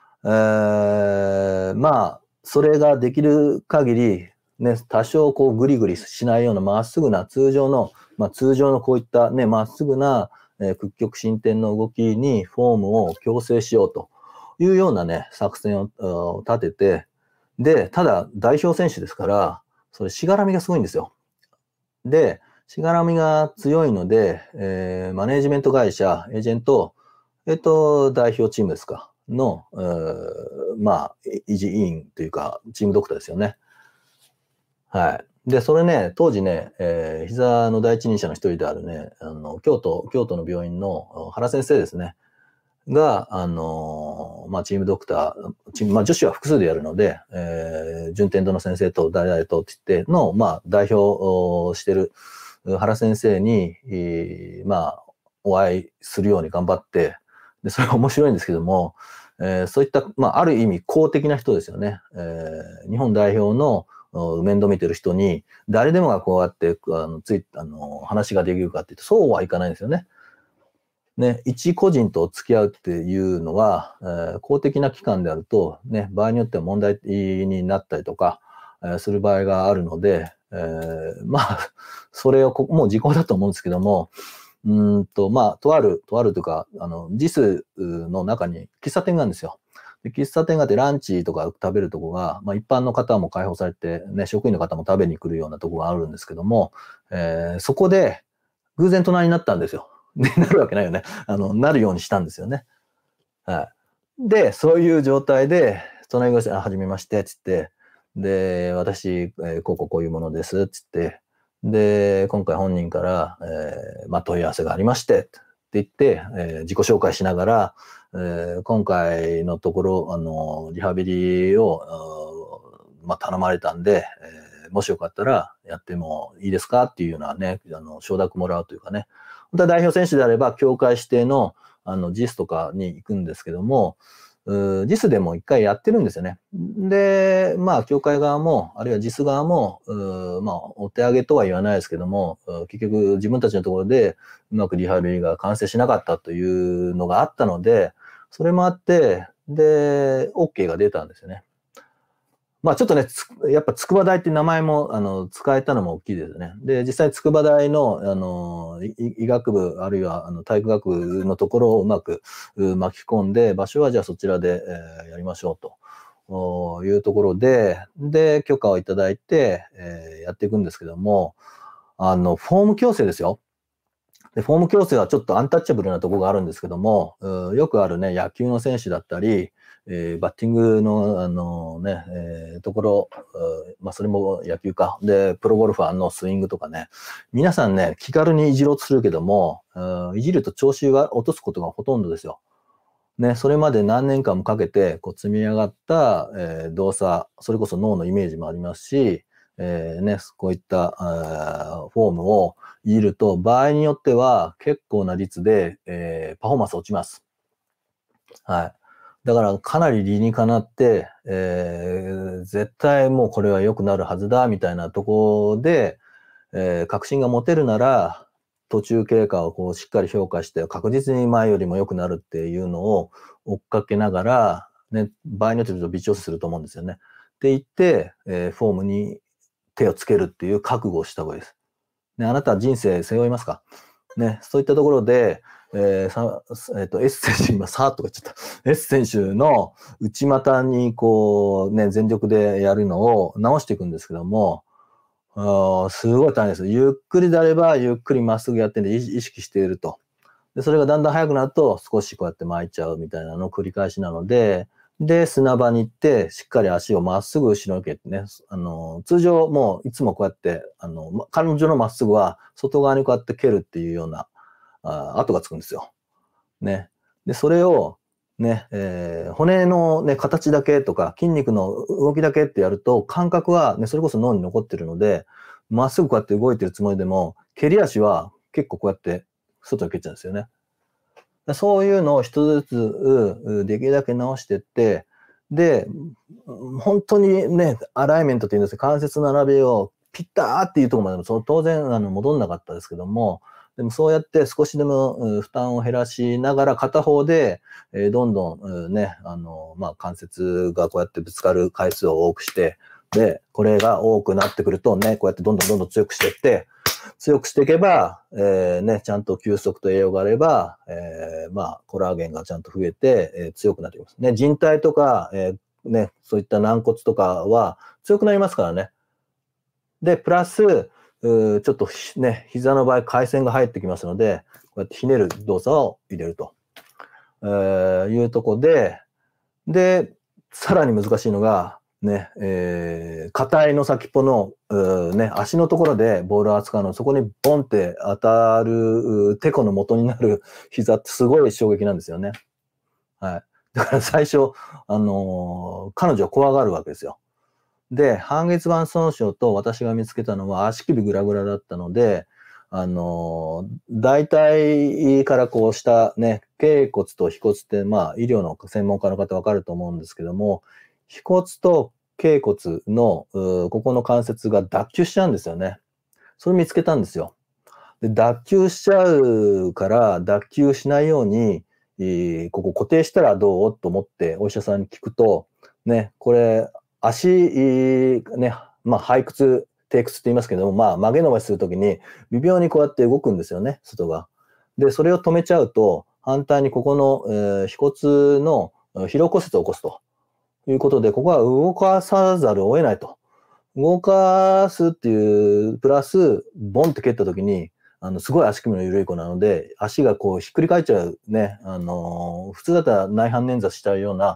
それができる限り、ね、多少こうグリグリしないようなまっすぐな通常のこういったね、まっすぐな、屈曲伸展の動きにフォームを矯正しようというようなね、作戦を立てて、で、ただ代表選手ですから、それしがらみがすごいんですよ。で、しがらみが強いので、マネージメント会社、エージェント、代表チームですか、の、維持委員というか、チームドクターですよね。はい。で、それね、当時ね、膝の第一人者の一人であるね、京都の病院の原先生ですね、が、チームドクター、女子は複数でやるので、順天堂の先生と誰々とって言っての、代表をしてる原先生に、お会いするように頑張って、で、それは面白いんですけども、そういった、ある意味公的な人ですよね。日本代表の面倒見てる人に、誰でもがこうやって、話ができるかって言って、そうはいかないんですよね。ね、一個人と付き合うっていうのは、公的な機関であると、ね、場合によっては問題になったりとか、する場合があるので、それをもう時効だと思うんですけども、とあるというか、JISの中に喫茶店があるんですよ。で喫茶店があってランチとか食べるとこが、一般の方も開放されて、ね、職員の方も食べに来るようなとこがあるんですけども、そこで偶然隣になったんですよ。で、なるわけないよね。なるようにしたんですよね。はい。で、そういう状態で、 隣越しはじめまして、つって、で、私、こういうものです、つって、で、今回本人から、問い合わせがありまして、って言って、自己紹介しながら、今回のところ、リハビリを、頼まれたんで、もしよかったらやってもいいですかっていうようなね、承諾もらうというかね。本当は代表選手であれば、協会指定の、JIS とかに行くんですけども、JIS でも一回やってるんですよね。で、協会側も、あるいは JIS 側も、お手上げとは言わないですけども、結局自分たちのところでうまくリハビリが完成しなかったというのがあったので、それもあって、で、OK が出たんですよね。ちょっとね、やっぱ筑波大って名前も、使えたのも大きいですよね。で、実際筑波大の、医学部、あるいは体育学部のところをうまく巻き込んで、場所はじゃあそちらで、やりましょうというところで、で、許可をいただいて、やっていくんですけども、フォーム矯正ですよ。で、フォーム矯正はちょっとアンタッチャブルなところがあるんですけども、よくあるね、野球の選手だったり、バッティングのところ、それも野球か。で、プロゴルファーのスイングとかね。皆さんね、気軽にいじろうとするけども、いじると調子は落とすことがほとんどですよ。ね、それまで何年間もかけてこう積み上がった、動作、それこそ脳のイメージもありますし、こういったフォームをいじると、場合によっては結構な率で、パフォーマンス落ちます。はい。だからかなり理にかなって、絶対もうこれは良くなるはずだ、みたいなところで、確信が持てるなら、途中経過をこうしっかり評価して、確実に前よりも良くなるっていうのを追っかけながら、ね、場合によっては微調整すると思うんですよね。って言って、フォームに手をつけるっていう覚悟をした方がいいです。ね、あなたは人生背負いますか？ね、そういったところで、S 選手、今、さーっとか言っちゃった。S 選手の内股にこう、ね、全力でやるのを直していくんですけども、すごい大変です。ゆっくりであれば、ゆっくりまっすぐやってんで意識していると。で、それがだんだん速くなると、少しこうやって巻いちゃうみたいなのを繰り返しなので、で、砂場に行って、しっかり足をまっすぐ後ろに蹴ってね、通常もういつもこうやって、彼女のまっすぐは外側にこうやって蹴るっていうような、跡がつくんですよ。ね。で、それを、ね、骨のね、形だけとか、筋肉の動きだけってやると、感覚はね、それこそ脳に残ってるので、まっすぐこうやって動いてるつもりでも、蹴り足は結構こうやって外に蹴っちゃうんですよね。そういうのを一つずつ、できるだけ直していって、で、本当にね、アライメントっていうんですか、関節の並びをピッターっていうところまでも当然戻んなかったですけども、でもそうやって少しでも負担を減らしながら片方で、どんどんね、関節がこうやってぶつかる回数を多くして、で、これが多くなってくるとね、こうやってどんどん強くしていって、強くしていけば、ちゃんと休息と栄養があれば、コラーゲンがちゃんと増えて、強くなってきます。ね、人体とか、そういった軟骨とかは強くなりますからね。で、プラス、ちょっとね、膝の場合、回線が入ってきますので、こうやってひねる動作を入れると、いうとこで、で、さらに難しいのが、ね、硬いの先っぽの、足のところでボールを扱うの、そこにボンって当たる、てこの元になる膝ってすごい衝撃なんですよね。はい。だから最初、彼女は怖がるわけですよ。で、半月板損傷と私が見つけたのは足首グラグラだったので、大腿からこうしたね、脛骨と腓骨って、医療の専門家の方わかると思うんですけども、腓骨と脛骨の、ここの関節が脱臼しちゃうんですよね。それ見つけたんですよ。で、脱臼しちゃうから、脱臼しないように、ここ固定したらどうと思ってお医者さんに聞くと、ね、これ、足、ね、背屈、低屈って言いますけども、曲げ伸ばしするときに、微妙にこうやって動くんですよね、外が。で、それを止めちゃうと、反対にここの、腓骨の疲労骨折を起こすということで、ここは動かさざるを得ないと。動かすっていう、プラス、ボンって蹴ったときに、すごい足首の緩い子なので、足がこうひっくり返っちゃうね、普通だったら内反捻挫しちゃうような、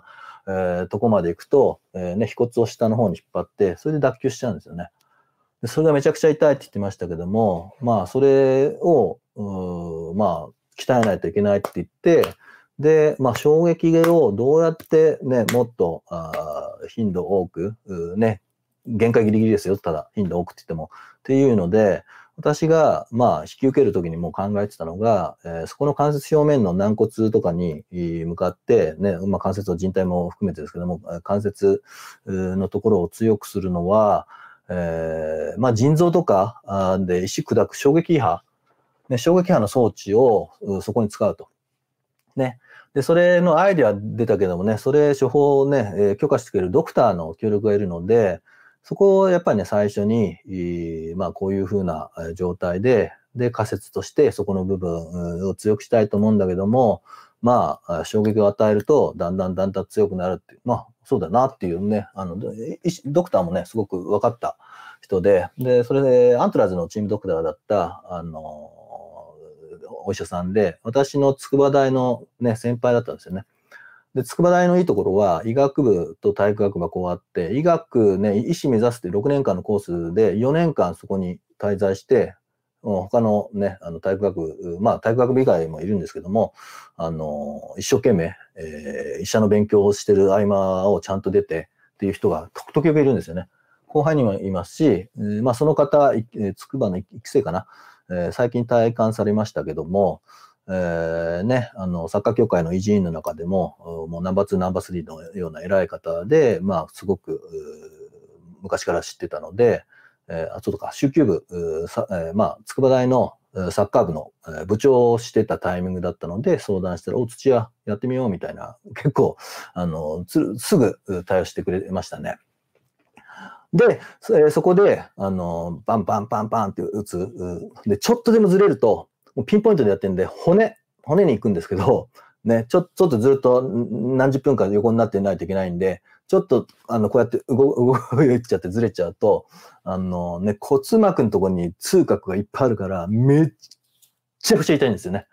とこまで行くと、ね、腓骨を下の方に引っ張って、それで脱臼しちゃうんですよね。でそれがめちゃくちゃ痛いって言ってましたけども、まあ、それを、まあ、鍛えないといけないって言って、で、まあ、衝撃をどうやってね、もっと、頻度多く、ね、限界ギリギリですよ、ただ、頻度多くって言っても。っていうので、私が、まあ、引き受けるときにもう考えてたのが、そこの関節表面の軟骨とかに向かって、ね、まあ、関節の靭帯も含めてですけども、関節のところを強くするのは、まあ、腎臓とかで石砕く衝撃波、ね、衝撃波の装置をそこに使うと。ね。で、それのアイデア出たけどもね、それ処方をね、許可してくれるドクターの協力がいるので、そこをやっぱりね、最初に、まあ、こういうふうな状態で、仮説としてそこの部分を強くしたいと思うんだけども、まあ、衝撃を与えると、だんだん強くなるっていう、まあ、そうだなっていうね、ドクターもね、すごく分かった人で、それで、アントラーズのチームドクターだった、お医者さんで、私の筑波大のね、先輩だったんですよね。で、筑波大のいいところは、医学部と体育学部がこうあって、医学ね、医師目指すって6年間のコースで、4年間そこに滞在して、他のね、体育学部、まあ体育学部以外もいるんですけども、一生懸命、医者の勉強をしてる合間をちゃんと出てっていう人が時々いるんですよね。後輩にもいますし、まあその方、筑波の1期生かな、最近退官されましたけども、ね、サッカー協会の維持員の中でも、もうナンバー2、ナンバー3のような偉い方で、まあ、すごく、昔から知ってたので、そうとか、蹴球部、まあ、筑波大のサッカー部の部長をしてたタイミングだったので、相談したら、土屋やってみようみたいな、結構、すぐ対応してくれましたね。で、そこで、バンバンバンバンって打つ。で、ちょっとでもずれると、もうピンポイントでやってるんで、骨に行くんですけど、ね、ちょっとずっと何十分間横になってないといけないんで、ちょっと、こうやって動いちゃってずれちゃうと、ね、骨膜のところに痛覚がいっぱいあるから、めっちゃくちゃ痛いんですよね。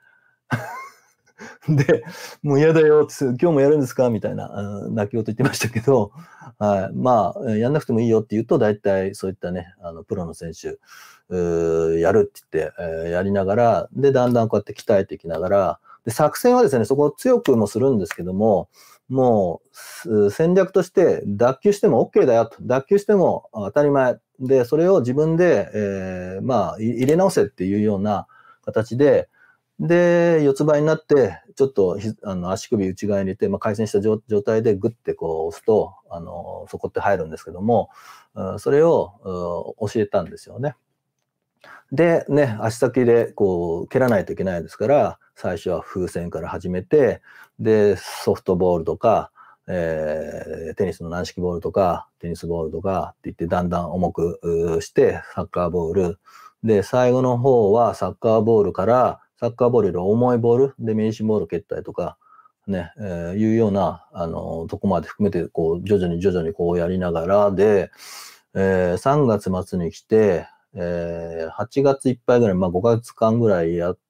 で、もう嫌だよって、今日もやるんですかみたいな、泣き言言ってましたけど、はい。まあ、やんなくてもいいよって言うと、大体そういったね、プロの選手、やるって言って、やりながら、で、だんだんこうやって鍛えていきながら、で、作戦はですね、そこを強くもするんですけども、もう、戦略として脱臼しても OK だよと。脱臼しても当たり前。で、それを自分で、まあ、入れ直せっていうような形で、で、四つ倍になって、ちょっと足首内側に入れて、まあ、回旋した状態でグッてこう押すと、そこって入るんですけども、それを教えたんですよね。で、ね、足先でこう蹴らないといけないですから、最初は風船から始めて、で、ソフトボールとか、テニスの軟式ボールとか、テニスボールとかって言って、だんだん重くして、サッカーボール。で、最後の方はサッカーボールから、サッカーボールより重いボールで、ミニシボール蹴ったりとか、ね、いうような、とこまで含めて、こう、徐々にこうやりながらで、3月末に来て、8月いっぱいぐらい、まあ5ヶ月間ぐらいやって、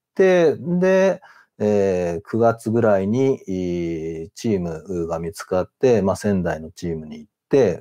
で、9月ぐらいにチームが見つかって、まあ仙台のチームに行って、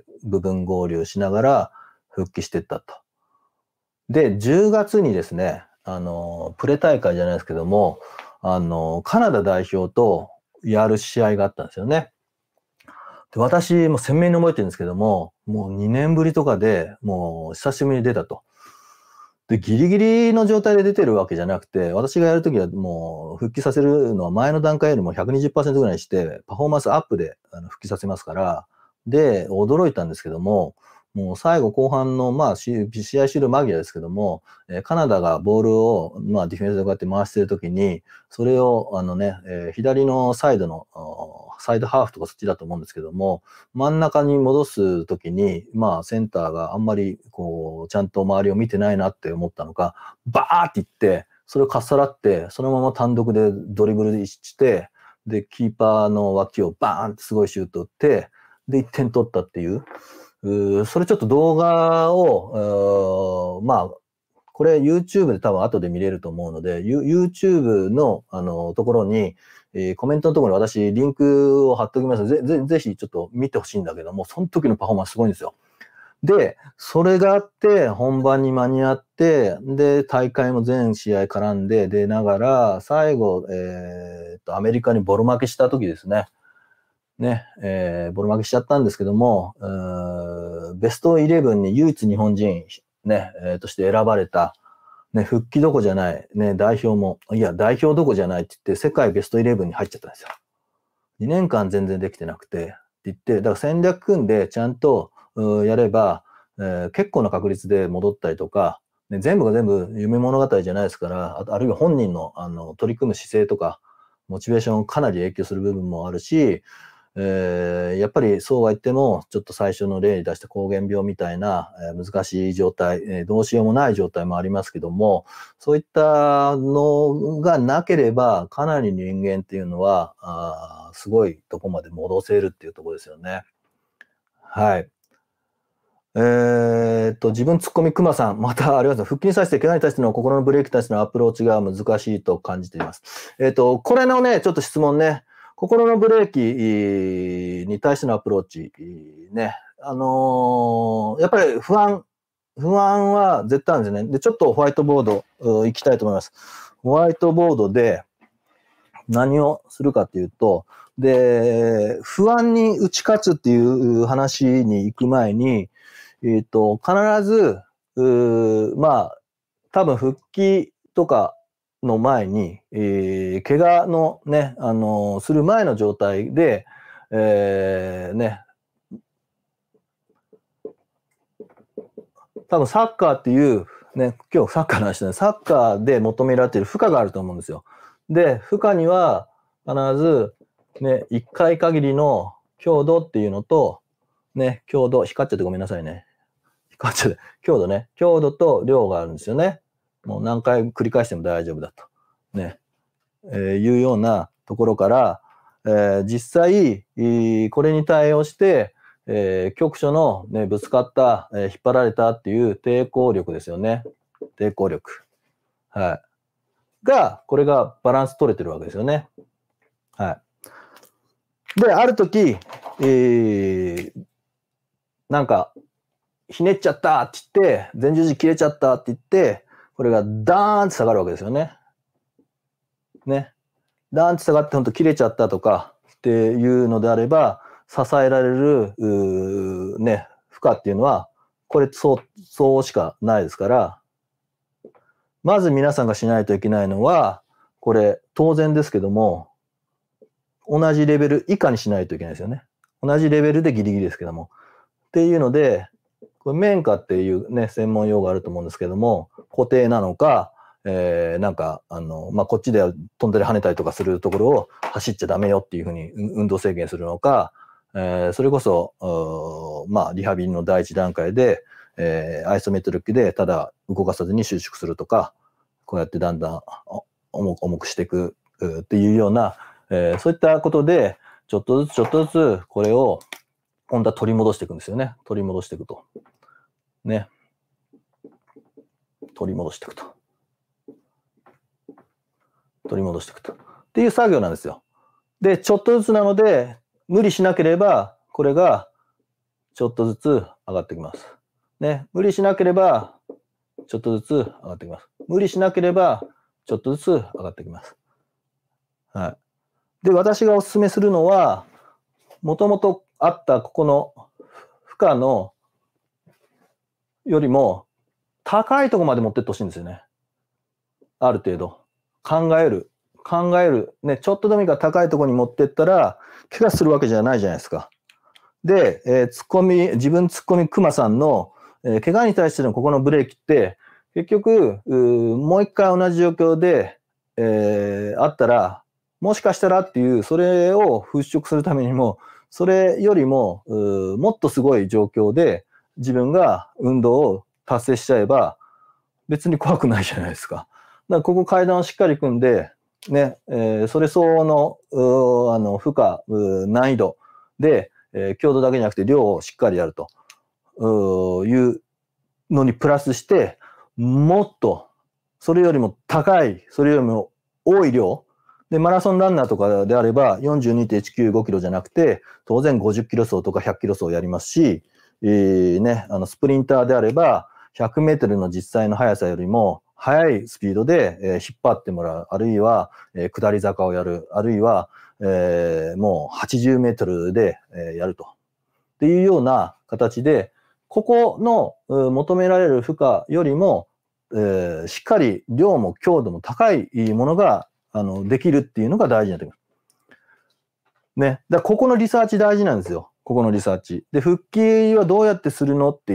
部分合流しながら復帰していったと。で、10月にですね、プレ大会じゃないですけども、カナダ代表とやる試合があったんですよね。で、私も鮮明に覚えてるんですけども、もう2年ぶりとかでもう久しぶりに出たと。で、ギリギリの状態で出てるわけじゃなくて、私がやるときはもう復帰させるのは前の段階よりも 120% ぐらいして、パフォーマンスアップで復帰させますから、で、驚いたんですけども、もう最後後半の、まあ、試合終了間際ですけども、カナダがボールを、まあ、ディフェンスでこうやって回してるときに、それを、左のサイドの、サイドハーフとかそっちだと思うんですけども、真ん中に戻すときに、まあ、センターがあんまり、こう、ちゃんと周りを見てないなって思ったのか、バーっていって、それをかっさらって、そのまま単独でドリブルして、で、キーパーの脇をバーンってすごいシュート打って、で、1点取ったっていう。それちょっと動画を、まあ、これ YouTube で多分後で見れると思うので、YouTube の、ところに、 コメントのところに私、リンクを貼っておきますので、ぜひちょっと見てほしいんだけども、その時のパフォーマンスすごいんですよ。で、それがあって、本番に間に合って、で、大会も全試合絡んで出ながら、最後、アメリカにボロ負けした時ですね。ね、ボロ負けしちゃったんですけども、ベスト11に唯一日本人、ね、として選ばれた、ね、復帰どこじゃない、ね、代表も、いや、代表どこじゃないって言って、世界ベスト11に入っちゃったんですよ。2年間全然できてなくて、って言って、だから戦略組んでちゃんとやれば、結構な確率で戻ったりとか、ね、全部が全部夢物語じゃないですから、あるいは本人の取り組む姿勢とか、モチベーションをかなり影響する部分もあるし、やっぱりそうは言っても、ちょっと最初の例に出した膠原病みたいな、難しい状態、どうしようもない状態もありますけども、そういったのがなければ、かなり人間っていうのは、すごいとこまで戻せるっていうところですよね。はい。自分ツッコミクマさん、またあります。腹筋に対して、怪我に対しての心のブレーキに対してのアプローチが難しいと感じています。これのね、ちょっと質問ね、心のブレーキに対してのアプローチ、ね、やっぱり不安は絶対あるんですよね。で、ちょっとホワイトボード行きたいと思います。ホワイトボードで何をするかっていうと、で、不安に打ち勝つっていう話に行く前に、必ず、まあ、多分復帰とかの前に、怪我のね、する前の状態で、ね、多分サッカーっていう、ね、今日サッカーの話で、サッカーで求められている負荷があると思うんですよ。で、負荷には必ず、ね、一回限りの強度っていうのと、ね、強度、光っちゃってごめんなさいね。光っちゃって、強度ね、強度と量があるんですよね。もう何回繰り返しても大丈夫だと。ね、いうようなところから、実際、これに対応して、局所の、ね、ぶつかった、引っ張られたっていう抵抗力ですよね。抵抗力。はい。これがバランス取れてるわけですよね。はい。で、ある時、なんか、ひねっちゃったって言って、前十字切れちゃったって言って、これがダーンって下がるわけですよね。ね。ダーンって下がってほんと切れちゃったとかっていうのであれば、支えられる、ね、負荷っていうのは、これそうしかないですから、まず皆さんがしないといけないのは、これ当然ですけども、同じレベル以下にしないといけないですよね。同じレベルでギリギリですけども。っていうので、これ綿花っていうね、専門用語あると思うんですけども、固定なのか、なんか、こっちでは飛んだり跳ねたりとかするところを走っちゃダメよっていうふうに運動制限するのか、それこそ、リハビリの第一段階で、アイソメトリックでただ動かさずに収縮するとか、こうやってだんだん重くしていくっていうような、そういったことで、ちょっとずつこれを今度は取り戻していくんですよね。取り戻していくと。ね。取り戻していくと。取り戻していくと。っていう作業なんですよ。で、ちょっとずつなので、無理しなければ、これがちょっとずつ上がってきます。ね。無理しなければ、ちょっとずつ上がってきます。無理しなければ、ちょっとずつ上がってきます。はい。で、私がお勧めするのは、もともとあったここの負荷のよりも高いところまで持ってってほしいんですよね。ある程度。考える。ね、ちょっとでもいいから高いところに持ってったら、怪我するわけじゃないじゃないですか。で、自分ツッコミクマさんの、怪我に対してのここのブレーキって、結局、もう一回同じ状況で、あったら、もしかしたらっていう、それを払拭するためにも、それよりも、もっとすごい状況で、自分が運動を達成しちゃえば、別に怖くないじゃないですか。だからここ階段をしっかり組んで、ね、それ相応の、負荷、難易度で、強度だけじゃなくて量をしっかりやるというのにプラスして、もっと、それよりも高い、それよりも多い量で、マラソンランナーとかであれば、42.195キロじゃなくて、当然50キロ走とか100キロ走をやりますし、スプリンターであれば、100メートルの実際の速さよりも、速いスピードで、引っ張ってもらう。あるいは、下り坂をやる。あるいは、もう80メートルで、やると。っていうような形で、ここの求められる負荷よりも、しっかり量も強度も高いものができるっていうのが大事になってくる。ね。だからここのリサーチ大事なんですよ。ここのリサーチ。で、復帰はどうやってするのって言って、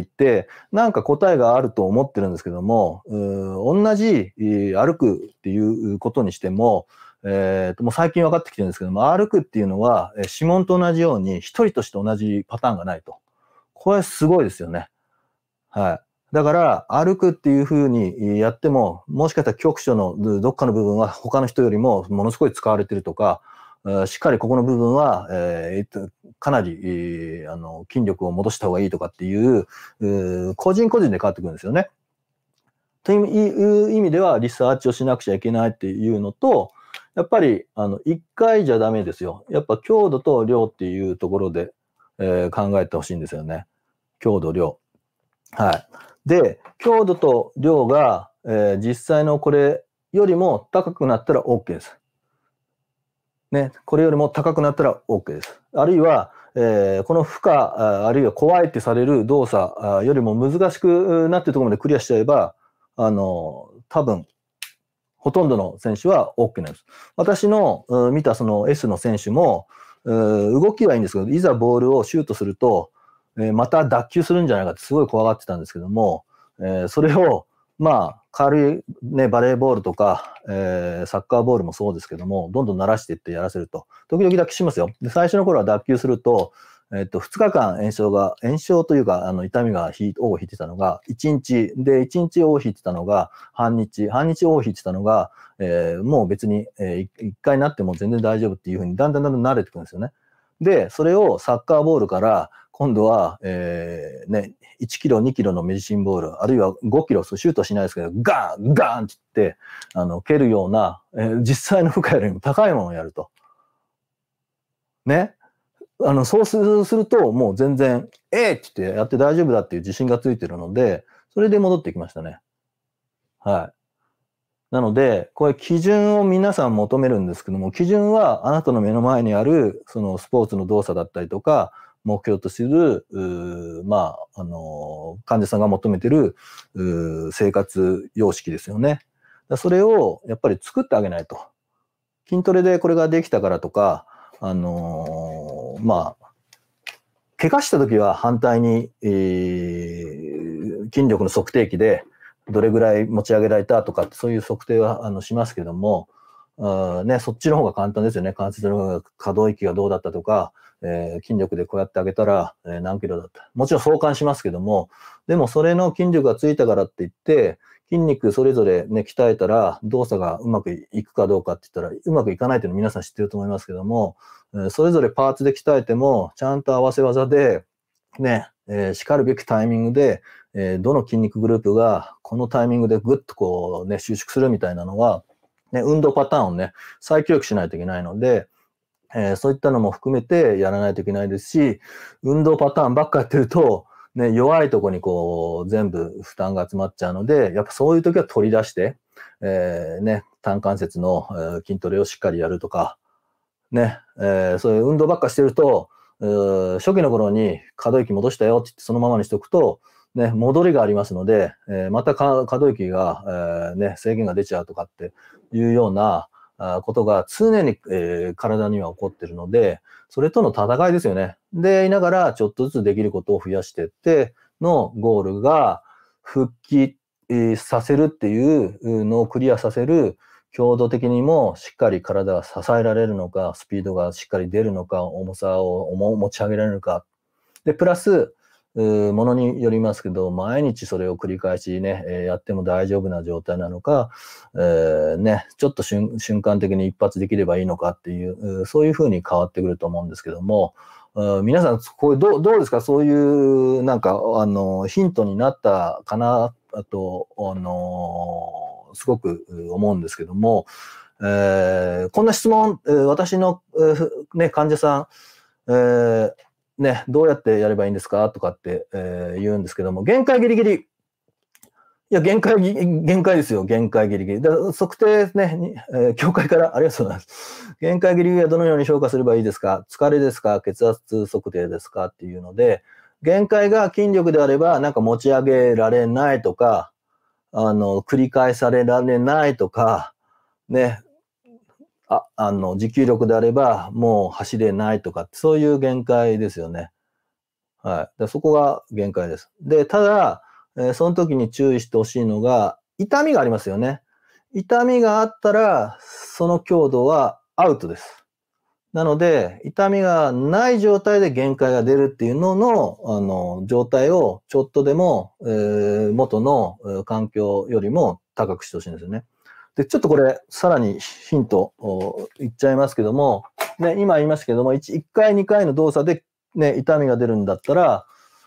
なんか答えがあると思ってるんですけども、同じ歩くっていうことにしても、もう最近分かってきてるんですけども、歩くっていうのは、指紋と同じように、一人として同じパターンがないと。これすごいですよね。はい。だから、歩くっていう風にやっても、もしかしたら局所のどっかの部分は他の人よりもものすごい使われてるとか、しっかりここの部分は、かなり、筋力を戻した方がいいとかっていう、個人個人で変わってくるんですよね。という意味では、リサーチをしなくちゃいけないっていうのと、やっぱり、一回じゃダメですよ。やっぱ強度と量っていうところで、考えてほしいんですよね。強度、量。はい。で、強度と量が、実際のこれよりも高くなったら OK です。ね、これよりも高くなったら OK です。あるいは、この負荷、あるいは怖いってされる動作よりも難しくなっているところまでクリアしちゃえば、多分、ほとんどの選手は OK なんです。私の見たその S の選手も、動きはいいんですけど、いざボールをシュートすると、また脱臼するんじゃないかってすごい怖がってたんですけども、それを、まあ、軽い、ね、バレーボールとか、サッカーボールもそうですけども、どんどん慣らしていってやらせると。時々脱臼しますよ。で、最初の頃は脱臼すると、2日間炎症というか、痛みが尾を引いてたのが、1日、で、1日尾を引いてたのが、半日尾を引いてたのが、もう別に、1回なっても全然大丈夫っていうふうに、だんだん慣れてくるんですよね。で、それをサッカーボールから、今度は、1キロ、2キロのメディシンボール、あるいは5キロ、シュートしないですけど、ガーンガーンって言って、蹴るような、実際の負荷よりも高いものをやると。ね。そうすると、もう全然、って言ってやって大丈夫だっていう自信がついてるので、それで戻ってきましたね。はい。なので、これ基準を皆さん求めるんですけども、基準はあなたの目の前にある、そのスポーツの動作だったりとか、目標とする、患者さんが求めてる、生活様式ですよね。それをやっぱり作ってあげないと。筋トレでこれができたからとか、怪我した時は反対に、筋力の測定器でどれぐらい持ち上げられたとか、そういう測定はしますけども、そっちの方が簡単ですよね。関節の可動域がどうだったとか、筋力でこうやってあげたら、何キロだった。もちろん相関しますけども、でもそれの筋力がついたからって言って、筋肉それぞれね、鍛えたら動作がうまくいくかどうかって言ったら、うまくいかないというのは皆さん知ってると思いますけども、それぞれパーツで鍛えても、ちゃんと合わせ技で、ね、しかるべきタイミングで、どの筋肉グループがこのタイミングでぐっとこうね、収縮するみたいなのは、ね、運動パターンをね、再記憶しないといけないので、そういったのも含めてやらないといけないですし、運動パターンばっかやってると、ね、弱いとこにこう全部負担が集まっちゃうので、やっぱそういう時は取り出して、単関節の筋トレをしっかりやるとか、ね、そういう運動ばっかしてると、初期の頃に可動域戻したよって言ってそのままにしておくと、ね、戻りがありますので、また可動域が、制限が出ちゃうとかっていうようなことが常に、体には起こってるので、それとの戦いですよね。で、いながらちょっとずつできることを増やしていってのゴールが復帰、させるっていうのをクリアさせる強度的にもしっかり体が支えられるのか、スピードがしっかり出るのか、重さを持ち上げられるか。で、プラス、ものによりますけど、毎日それを繰り返しね、やっても大丈夫な状態なのか、ちょっと瞬間的に一発できればいいのかっていう、そういうふうに変わってくると思うんですけども、皆さん、これどうですか？そういう、なんか、ヒントになったかなと、すごく思うんですけども、 こんな質問、私の、ね、患者さん、ね、どうやってやればいいんですかとかって、言うんですけども、限界ギリギリ。いや、限界ですよ。限界ギリギリ。測定ね、協会からありがとうございます。限界ギリギリはどのように評価すればいいですか？疲れですか？血圧測定ですか？っていうので、限界が筋力であれば、なんか持ち上げられないとか、繰り返されられないとか、ね、持久力であれば、もう走れないとか、そういう限界ですよね。はい。そこが限界です。で、ただ、その時に注意してほしいのが、痛みがありますよね。痛みがあったら、その強度はアウトです。なので、痛みがない状態で限界が出るっていうのの、状態をちょっとでも、元の環境よりも高くしてほしいんですよね。で、ちょっとこれ、さらにヒント言っちゃいますけども、ね、今言いましたけども、1回、2回の動作で、ね、痛みが出るんだったら、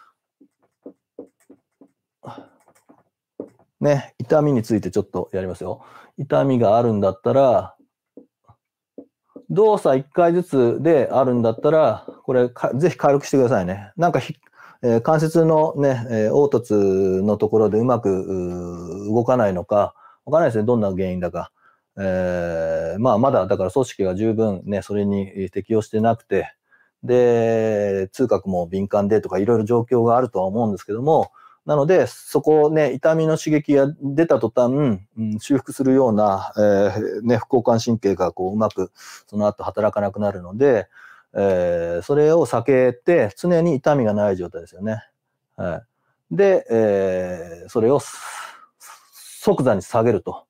ね、痛みについてちょっとやりますよ。痛みがあるんだったら、動作1回ずつであるんだったら、これぜひ軽くしてくださいね。なんか関節のね、凹凸のところでうまく動かないのか、わからないですね、どんな原因だか。まあ、まだだから組織が十分ね、それに適応してなくて、で、痛覚も敏感でとかいろいろ状況があるとは思うんですけども、なので、そこをね、痛みの刺激が出た途端、修復するような、ね、副交感神経がこううまくその後働かなくなるので、それを避けて常に痛みがない状態ですよね。はい。で、それを即座に下げると。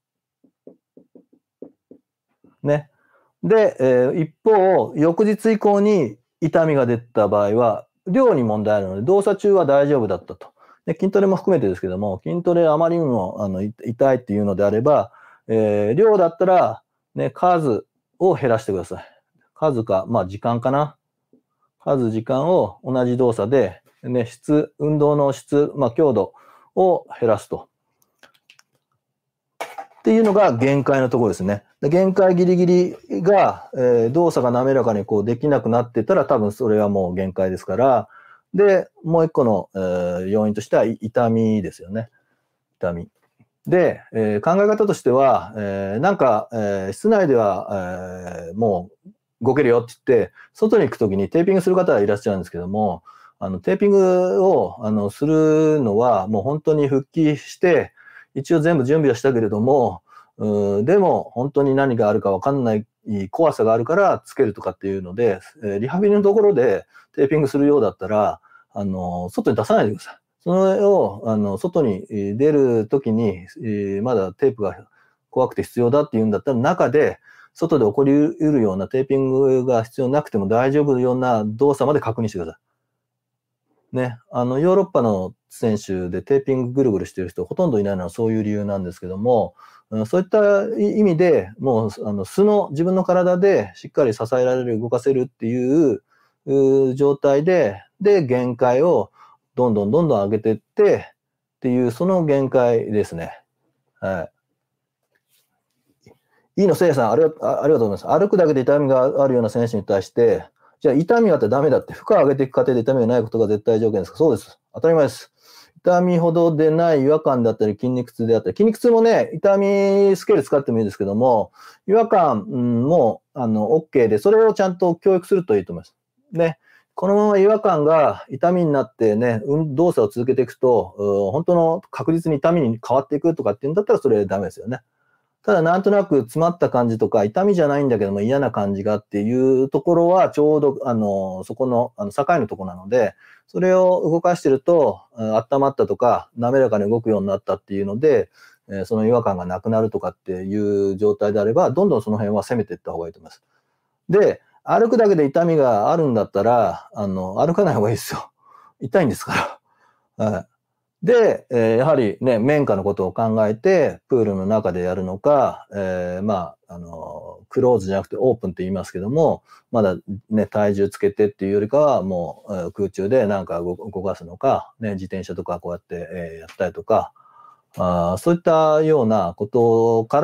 ね。で、一方、翌日以降に痛みが出た場合は、量に問題あるので、動作中は大丈夫だったと。で、筋トレも含めてですけども、筋トレあまりにも痛いっていうのであれば、量だったら、ね、数を減らしてください。数か、まあ時間かな。時間を同じ動作で、ね、運動の質、まあ強度を減らすと。っていうのが限界のところですね。限界ギリギリが、動作が滑らかにこうできなくなってたら多分それはもう限界ですから、で、もう一個の、要因としては痛みですよね。痛み。で、考え方としては、なんか、室内では、もう動けるよって言って、外に行くときにテーピングする方はいらっしゃるんですけども、テーピングをするのはもう本当に復帰して、一応全部準備はしたけれども、でも本当に何があるか分かんない怖さがあるからつけるとかっていうので、リハビリのところでテーピングするようだったら、外に出さないでください。それを、外に出るときに、まだテープが怖くて必要だっていうんだったら、中で、外で起こり得るようなテーピングが必要なくても大丈夫なような動作まで確認してください。ね。ヨーロッパの選手でテーピングぐるぐるしてる人ほとんどいないのはそういう理由なんですけども、そういった意味でもう、自分の体でしっかり支えられる、動かせるっていう状態で、限界をどんどん上げていってっていう、その限界ですね。はい。飯野誠也さん、ありがとうございます。歩くだけで痛みがあるような選手に対して、じゃあ痛みがあってダメだって、負荷を上げていく過程で痛みがないことが絶対条件ですか？そうです。当たり前です。痛みほどでない違和感だったり筋肉痛であったり、筋肉痛もね、痛みスケール使ってもいいですけども、違和感もOK で、それをちゃんと教育するといいと思います。ね。このまま違和感が痛みになってね、動作を続けていくと、本当の確実に痛みに変わっていくとかっていうんだったらそれダメですよね。ただなんとなく詰まった感じとか、痛みじゃないんだけども嫌な感じがっていうところはちょうどそこの境のところなので、それを動かしてると、温まったとか、滑らかに動くようになったっていうので、その違和感がなくなるとかっていう状態であれば、どんどんその辺は攻めていった方がいいと思います。で、歩くだけで痛みがあるんだったら、歩かない方がいいですよ。痛いんですから。はい。で、やはりね、綿花のことを考えて、プールの中でやるのか、まあ、クローズじゃなくてオープンって言いますけども、まだね、体重つけてっていうよりかは、もう空中でなんか動かすのか、ね、自転車とかこうやって、やったりとか、 そういったようなことから、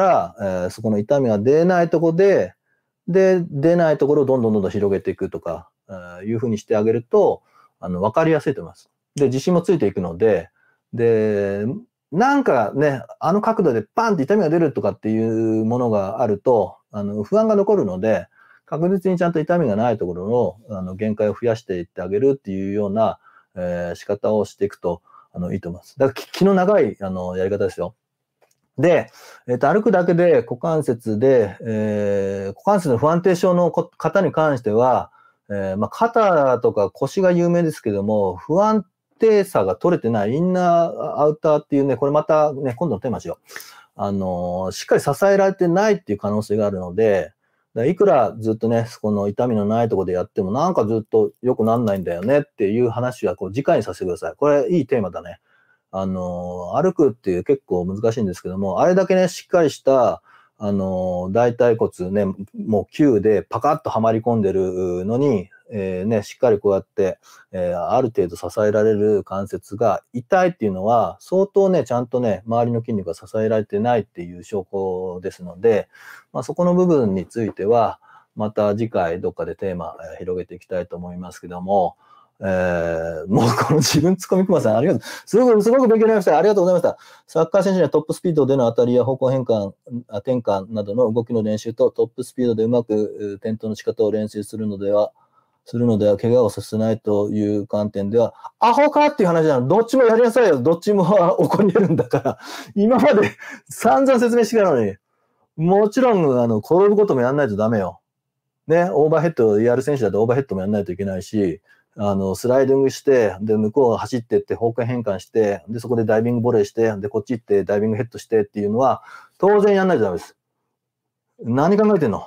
そこの痛みが出ないところで、出ないところをどんどん広げていくとか、いうふうにしてあげると、わかりやすいと思います。で、自信もついていくので、で、なんかね、あの角度でパンって痛みが出るとかっていうものがあると、不安が残るので、確実にちゃんと痛みがないところの、限界を増やしていってあげるっていうような、仕方をしていくと、いいと思います。だから気の長い、やり方ですよ。で、歩くだけで股関節で、股関節の不安定症の方に関しては、肩とか腰が有名ですけども、不安定さが取れてないインナーアウターっていうね、これまたね、今度のテーマしよう。しっかり支えられてないっていう可能性があるので、いくらずっとね、この痛みのないところでやってもなんかずっと良くなんないんだよねっていう話は次回にさせてください。これいいテーマだね。歩くっていう結構難しいんですけども、あれだけね、しっかりした、大腿骨ね、もう球でパカッとはまり込んでるのに、ね、しっかりこうやって、ある程度支えられる関節が痛いっていうのは、相当ね、ちゃんとね、周りの筋肉が支えられてないっていう証拠ですので、そこの部分については、また次回どっかでテーマ、広げていきたいと思いますけども、もうこの自分ツッコミくまさん、ありがとう。すごく勉強になりました。ありがとうございました。サッカー選手にはトップスピードでの当たりや方向転換などの動きの練習とトップスピードでうまく転倒の仕方を練習するのでは、怪我をさせないという観点では、アホかっていう話なの。どっちもやりなさいよ。どっちも起こり得るんだから。今まで散々説明してきたのに、もちろん、転ぶこともやんないとダメよ。ね、オーバーヘッドやる選手だとオーバーヘッドもやんないといけないし、スライディングして、で、向こう走ってって方向変換して、で、そこでダイビングボレーして、で、こっち行ってダイビングヘッドしてっていうのは、当然やんないとダメです。何考えてんの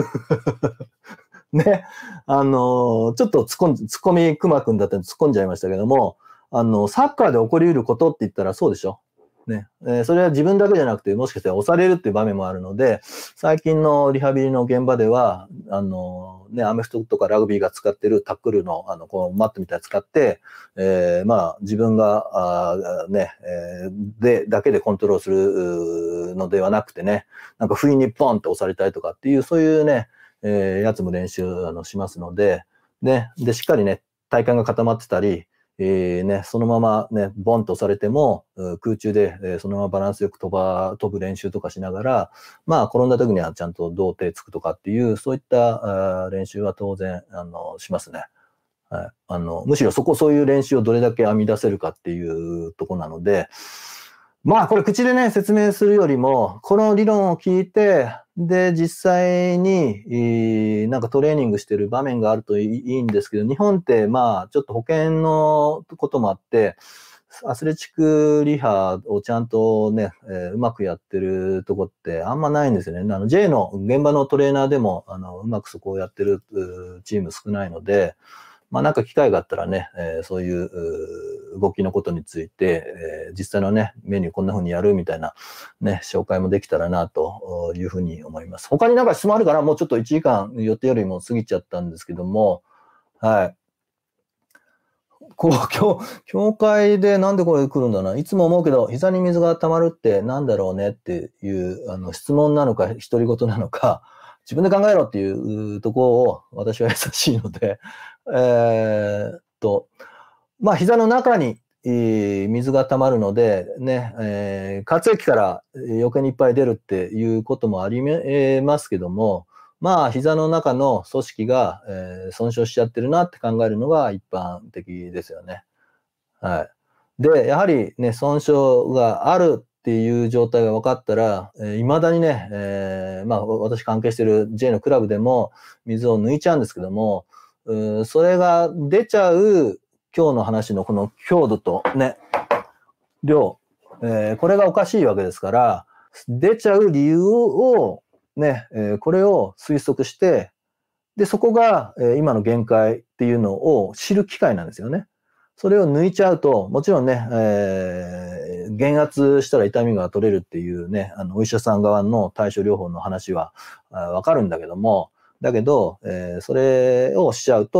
ね。ちょっとツッコミくまくんだったんで突っ込んじゃいましたけども、サッカーで起こり得ることって言ったらそうでしょ。ね。それは自分だけじゃなくて、もしかしたら押されるっていう場面もあるので、最近のリハビリの現場では、ね、アメフトとかラグビーが使ってるタックルの、こう、マットみたいな使って、自分が、だけでコントロールするのではなくてね、なんか不意にポンって押されたりとかっていう、そういうね、やつも練習しますので、ね、で、しっかりね、体幹が固まってたり、そのままね、ボンと押されても、空中で、そのままバランスよく飛ぶ練習とかしながら、転んだ時にはちゃんと胴手つくとかっていう、そういった練習は当然、しますね。はい。むしろそういう練習をどれだけ編み出せるかっていうところなので、これ口でね、説明するよりも、この理論を聞いて、で、実際に、なんかトレーニングしてる場面があるといいんですけど、日本って、ちょっと保険のこともあって、アスレチックリハをちゃんとね、うまくやってるとこってあんまないんですよね。J の現場のトレーナーでも、うまくそこをやってるチーム少ないので、なんか機会があったらね、そういう動きのことについて、実際のね、メニューこんな風にやるみたいなね、紹介もできたらなというふうに思います。他になんか質問あるかな？もうちょっと1時間予定よりも過ぎちゃったんですけども、はい。教会でなんでこれ来るんだな。いつも思うけど、膝に水が溜まるってなんだろうねっていう、質問なのか、独り言なのか、自分で考えろっていうところを私は優しいので、膝の中に、水が溜まるので、ね、血液から余計にいっぱい出るっていうこともありますけども、膝の中の組織が、損傷しちゃってるなって考えるのが一般的ですよね。はい。で、やはりね、損傷があるっていう状態が分かったら、未だにね、私関係してる J のクラブでも水を抜いちゃうんですけども、それが出ちゃう今日の話のこの強度とね、量、これがおかしいわけですから、出ちゃう理由をね、これを推測して、で、そこが、今の限界っていうのを知る機会なんですよね。それを抜いちゃうと、もちろんね、減圧したら痛みが取れるっていうね、お医者さん側の対処療法の話はわかるんだけども、だけど、それをしちゃうと、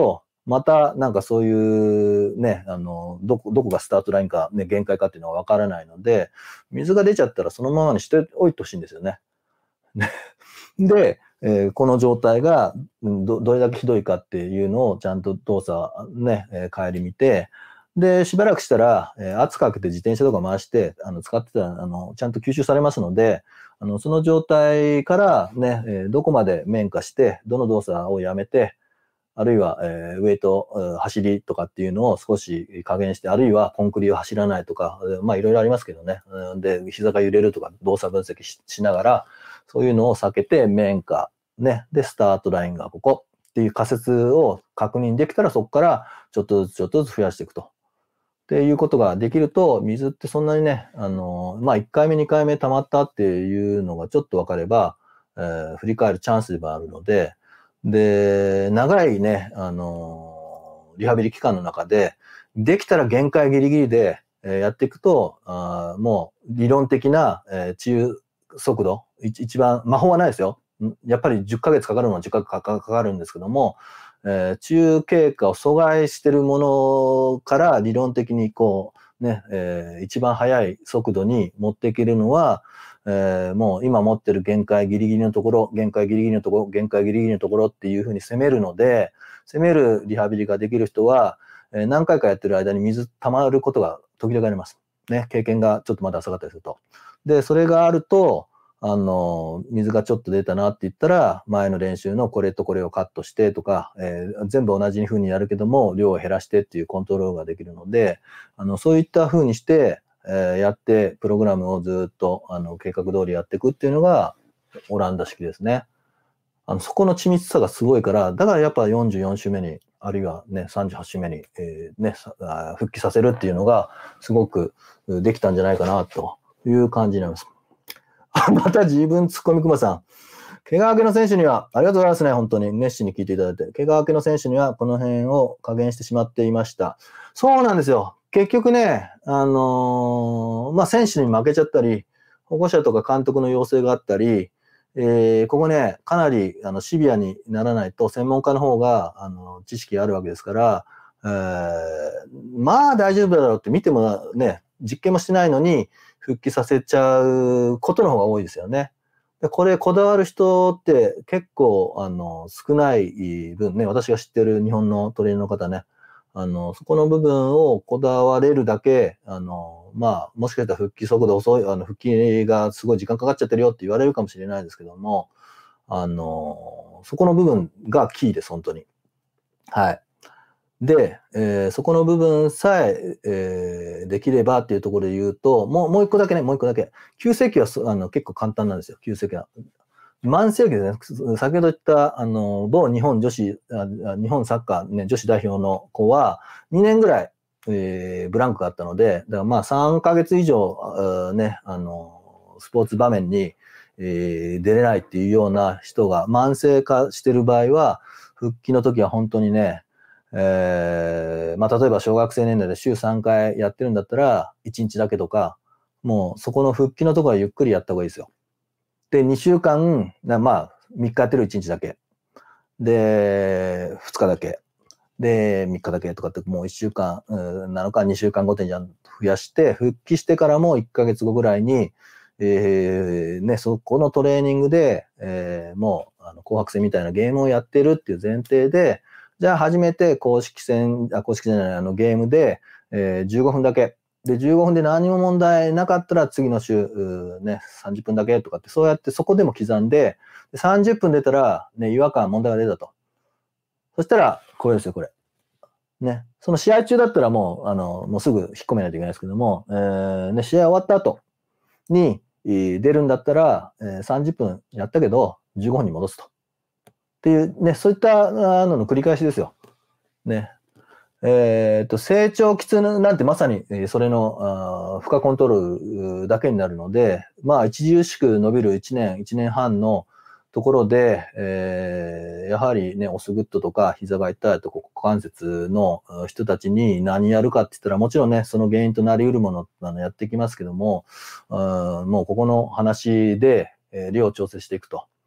またなんかそういうね、どこがスタートラインか、ね、限界かっていうのはわからないので、水が出ちゃったらそのままにしておいてほしいんですよね。で、この状態がどれだけひどいかっていうのをちゃんと動作ね、顧みて、で、しばらくしたら、圧かけて自転車とか回して、使ってたら、ちゃんと吸収されますので、その状態からね、どこまで綿化して、どの動作をやめて、あるいは、ウェイト、走りとかっていうのを少し加減して、あるいはコンクリを走らないとか、まあいろいろありますけどね。で、膝が揺れるとか動作分析 しながら、そういうのを避けて綿化、ね。で、スタートラインがここっていう仮説を確認できたら、そこからちょっとずつ増やしていくと。っていうことができると、水ってそんなにね、まあ1回目、2回目溜まったっていうのがちょっと分かれば、振り返るチャンスでもあるので、で、長いね、リハビリ期間の中で、できたら限界ギリギリで、やっていくと、もう理論的な、治癒速度、一番、魔法はないですよ。やっぱり10ヶ月かかるのは10ヶ月かかるんですけども、治癒経過を阻害しているものから理論的にこう、ね、一番速い速度に持っていけるのは、もう今持ってる限界ギリギリのところ、限界ギリギリのところ、限界ギリギリのところっていうふうに攻めるので、攻めるリハビリができる人は、何回かやってる間に水溜まることが時々あります。ね、経験がちょっとまだ浅かったりすると。で、それがあると、水がちょっと出たなって言ったら、前の練習のこれとこれをカットしてとか、全部同じ風にやるけども、量を減らしてっていうコントロールができるので、そういった風にして、やって、プログラムをずっと、計画通りやっていくっていうのが、オランダ式ですね。そこの緻密さがすごいから、だからやっぱ44週目に、あるいはね、38週目に、復帰させるっていうのが、すごくできたんじゃないかな、という感じになります。また自分ツッコミくまさん。怪我明けの選手には、ありがとうございますね、本当に。熱心に聞いていただいて。怪我明けの選手には、この辺を加減してしまっていました。そうなんですよ。結局ね、まあ、選手に負けちゃったり、保護者とか監督の要請があったり、ここね、かなりシビアにならないと、専門家の方が知識あるわけですから、まあ大丈夫だろうって見てもね、実験もしてないのに復帰させちゃうことの方が多いですよね。でこれこだわる人って結構少ない分ね、私が知ってる日本のトレーナーの方ね、そこの部分をこだわれるだけ、まあ、もしかしたら復帰速度遅い、復帰がすごい時間かかっちゃってるよって言われるかもしれないですけども、そこの部分がキーです、本当に。はい。で、そこの部分さえできればっていうところで言うと、もう一個だけね、もう一個だけ。急性期は結構簡単なんですよ、急性期は。慢性期ですね、先ほど言った、某日本日本サッカー、ね、女子代表の子は、2年ぐらい、ブランクがあったので、だからまあ3ヶ月以上、ね、スポーツ場面に、出れないっていうような人が慢性化してる場合は、復帰の時は本当にね、まあ、例えば小学生年代で週3回やってるんだったら、1日だけとか、もうそこの復帰のところはゆっくりやった方がいいですよ。で、2週間、まあ、3日やってる1日だけ。で、2日だけ。で、3日だけとかって、もう1週間なのか2週間ごとに増やして、復帰してからも1ヶ月後ぐらいに、ね、そこのトレーニングで、もう、紅白戦みたいなゲームをやってるっていう前提で、じゃあ初めて公式じゃない、ゲームで、15分だけ。で、15分で何も問題なかったら次の週、ね、30分だけとかって、そうやってそこでも刻んで、30分出たら、ね、違和感、問題が出たと。そしたら、これですよ、これ。ね。その試合中だったらもうすぐ引っ込めないといけないですけども、ね、試合終わった後に出るんだったら、30分やったけど、15分に戻すと。っていうね、そういったのの繰り返しですよ。ね。成長きつなんてまさにそれの負荷コントロールだけになるので、まあ著しく伸びる1年半のところで、やはりね、オスグッドとか膝が痛いとか股関節の人たちに何やるかって言ったら、もちろんね、その原因となり得るものやっていきますけども、もうここの話で量を調整していくと。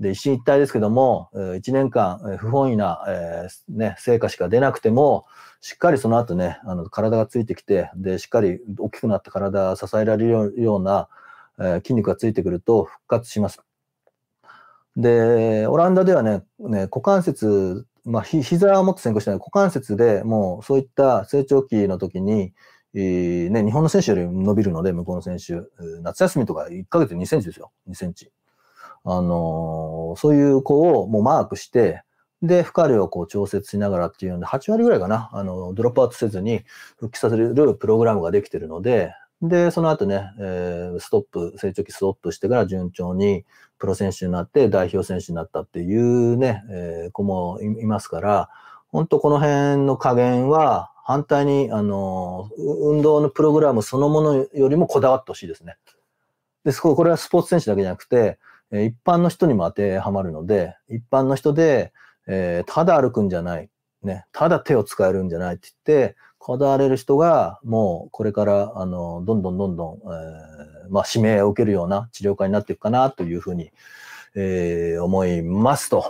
で、一進一退ですけども、1年間、不本意な、成果しか出なくても、しっかりその後ね、体がついてきて、で、しっかり大きくなった体を支えられるような、筋肉がついてくると復活します。で、オランダではね、股関節、膝はもっと先行してない、股関節でもうそういった成長期の時に、日本の選手より伸びるので、向こうの選手、夏休みとか1ヶ月2センチですよ、2センチ。そういう子をもうマークして、で、負荷量をこう調節しながらっていうので、8割ぐらいかな、ドロップアウトせずに復帰させるプログラムができてるので、で、その後ね、成長期ストップしてから順調にプロ選手になって代表選手になったっていうね、子もいますから、本当この辺の加減は反対に、運動のプログラムそのものよりもこだわってほしいですね。これはスポーツ選手だけじゃなくて、一般の人にも当てはまるので、一般の人で、ただ歩くんじゃない、ね、ただ手を使えるんじゃないって言って、こだわれる人が、もうこれから、どんどん、指名を受けるような治療家になっていくかなというふうに、思いますと。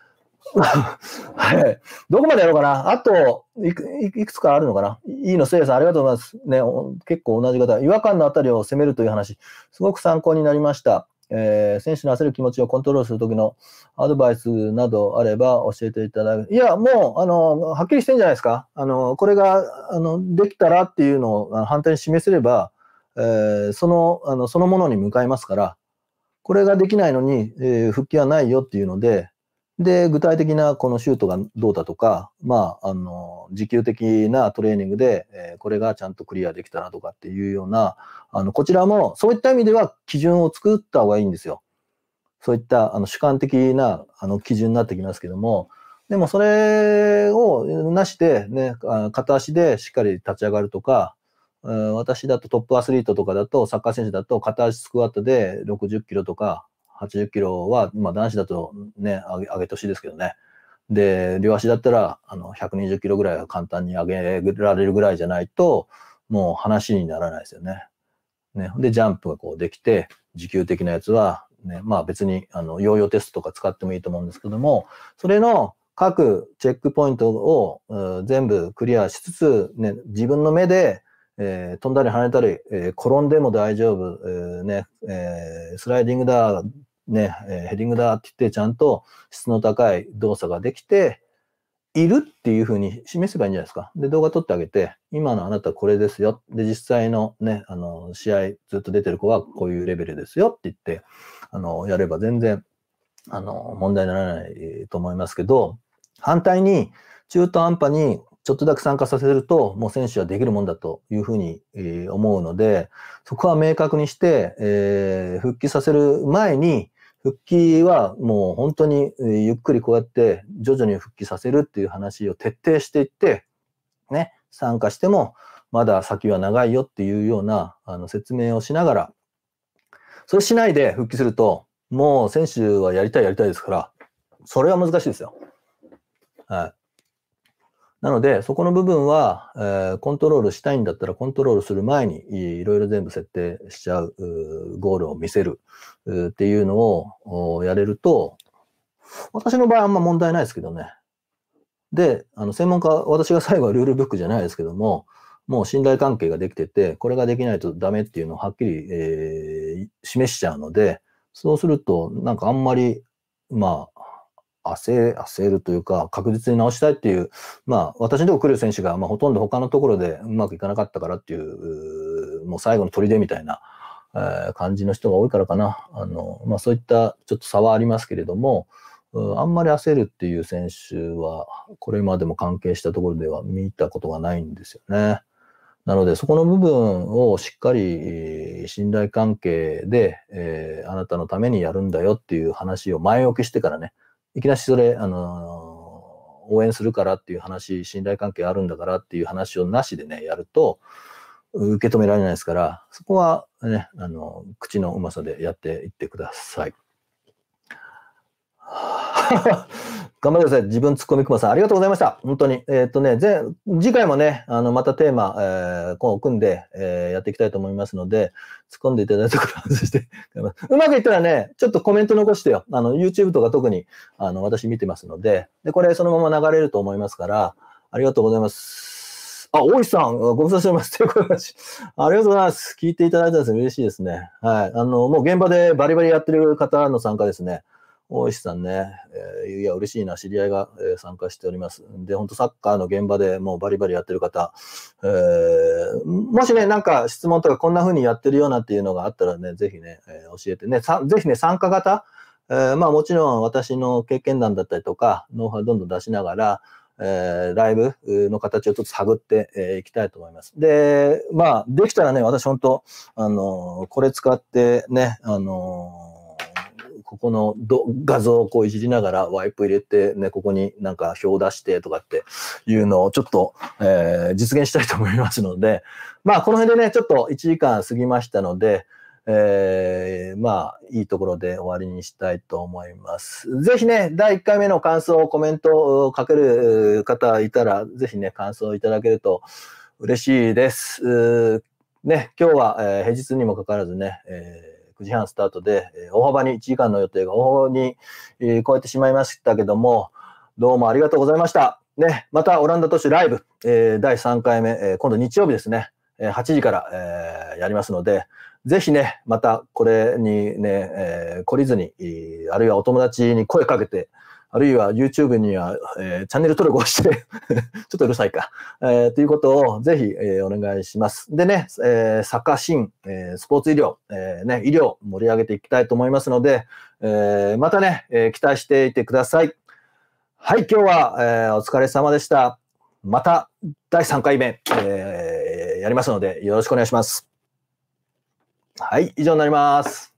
はい。どこまでやろうかな。あといくつかあるのかな。いいの、せいやさん、ありがとうございます。ね、結構同じ方。違和感のあたりを攻めるという話、すごく参考になりました。選手の焦る気持ちをコントロールするときのアドバイスなどあれば教えていただく。いや、もう、はっきりしてんじゃないですか。これが、できたらっていうのを反対に示せれば、そのものに向かいますから、これができないのに、復帰はないよっていうので、具体的なこのシュートがどうだとか、持久的なトレーニングで、これがちゃんとクリアできたらとかっていうような、こちらもそういった意味では基準を作った方がいいんですよ。そういった主観的な基準になってきますけども、でもそれをなしでね、片足でしっかり立ち上がるとか、私だとトップアスリートとかだと、サッカー選手だと片足スクワットで60キロとか80キロは、男子だとね、上げてほしいですけどね。で、両足だったら120キロぐらいは簡単に上げられるぐらいじゃないと、もう話にならないですよね。で、ジャンプがこうできて、持久的なやつは、ね、別にヨーヨーテストとか使ってもいいと思うんですけども、それの各チェックポイントを全部クリアしつつ、ね、自分の目で、飛んだり跳ねたり、転んでも大丈夫、スライディングだ、ね、ヘディングだって言ってちゃんと質の高い動作ができているっていうふうに示せばいいんじゃないですか。で、動画撮ってあげて、今のあなたこれですよ。で、実際のね、試合ずっと出てる子はこういうレベルですよって言って、やれば全然、問題にならないと思いますけど、反対に中途半端にちょっとだけ参加させると、もう選手はできるもんだというふうに思うので、そこは明確にして、復帰させる前に、復帰はもう本当にゆっくりこうやって徐々に復帰させるっていう話を徹底していって、ね、参加してもまだ先は長いよっていうような説明をしながら、それしないで復帰すると、もう選手はやりたいですから、それは難しいですよ。はい。なので、そこの部分は、コントロールしたいんだったら、コントロールする前に、いろいろ全部設定しちゃう、ゴールを見せるっていうのをやれると、私の場合はあんま問題ないですけどね。で、専門家、私が最後はルールブックじゃないですけども、もう信頼関係ができてて、これができないとダメっていうのをはっきり、示しちゃうので、そうすると、なんかあんまり、焦るというか、確実に直したいっていう、私のところ来る選手が、ほとんど他のところでうまくいかなかったからっていう、もう最後の砦みたいな、感じの人が多いからかな。そういったちょっと差はありますけれども、あんまり焦るっていう選手は、これまでも関係したところでは見たことがないんですよね。なので、そこの部分をしっかり信頼関係で、あなたのためにやるんだよっていう話を前置きしてからね、いきなりそれ、応援するからっていう話、信頼関係あるんだからっていう話をなしでね、やると、受け止められないですから、そこはね、口のうまさでやっていってください。 頑張ってください。自分ツッコミくまさん、ありがとうございました。本当に。次回もね、またテーマ、組んで、やっていきたいと思いますので、突っ込んでいただいたところ外して、うまくいったらね、ちょっとコメント残してよ。YouTube とか特に、私見てますので、で、これそのまま流れると思いますから、ありがとうございます。あ、大石さん、ご無沙汰しております。ありがとうございます。聞いていただいたんですね。嬉しいですね。はい。もう現場でバリバリやってる方の参加ですね。大石さんね、いや、嬉しいな、知り合いが、参加しております。で、本当サッカーの現場でもうバリバリやってる方、もしね、なんか質問とかこんな風にやってるようなっていうのがあったらね、ぜひね、教えてね、ぜひね、参加型、まあもちろん私の経験談だったりとか、ノウハウどんどん出しながら、ライブの形をちょっと探っていきたいと思います。で、まあ、できたらね、私本当、これ使ってね、ここの画像をこういじりながらワイプ入れてね、ここになんか表を出してとかっていうのをちょっと、実現したいと思いますので、まあこの辺でね、ちょっと1時間過ぎましたので、まあいいところで終わりにしたいと思います。ぜひね、第1回目の感想、コメントを書ける方いたら、ぜひね、感想いただけると嬉しいです。ね、今日は、平日にもかかわらずね、9時半スタートで、大幅に1時間の予定が大幅に、超えてしまいましたけども、どうもありがとうございました。ね、またオランダ都市ライブ、第3回目、今度日曜日ですね、8時から、やりますので、ぜひね、またこれにね、懲りずに、あるいはお友達に声かけて、あるいは YouTube には、チャンネル登録をしてちょっとうるさいか、ということをぜひ、お願いします。でね、サッカーシーン、スポーツ医療、ね、医療盛り上げていきたいと思いますので、またね、期待していてください。はい、今日は、お疲れ様でした。また第3回目、やりますのでよろしくお願いします。はい、以上になります。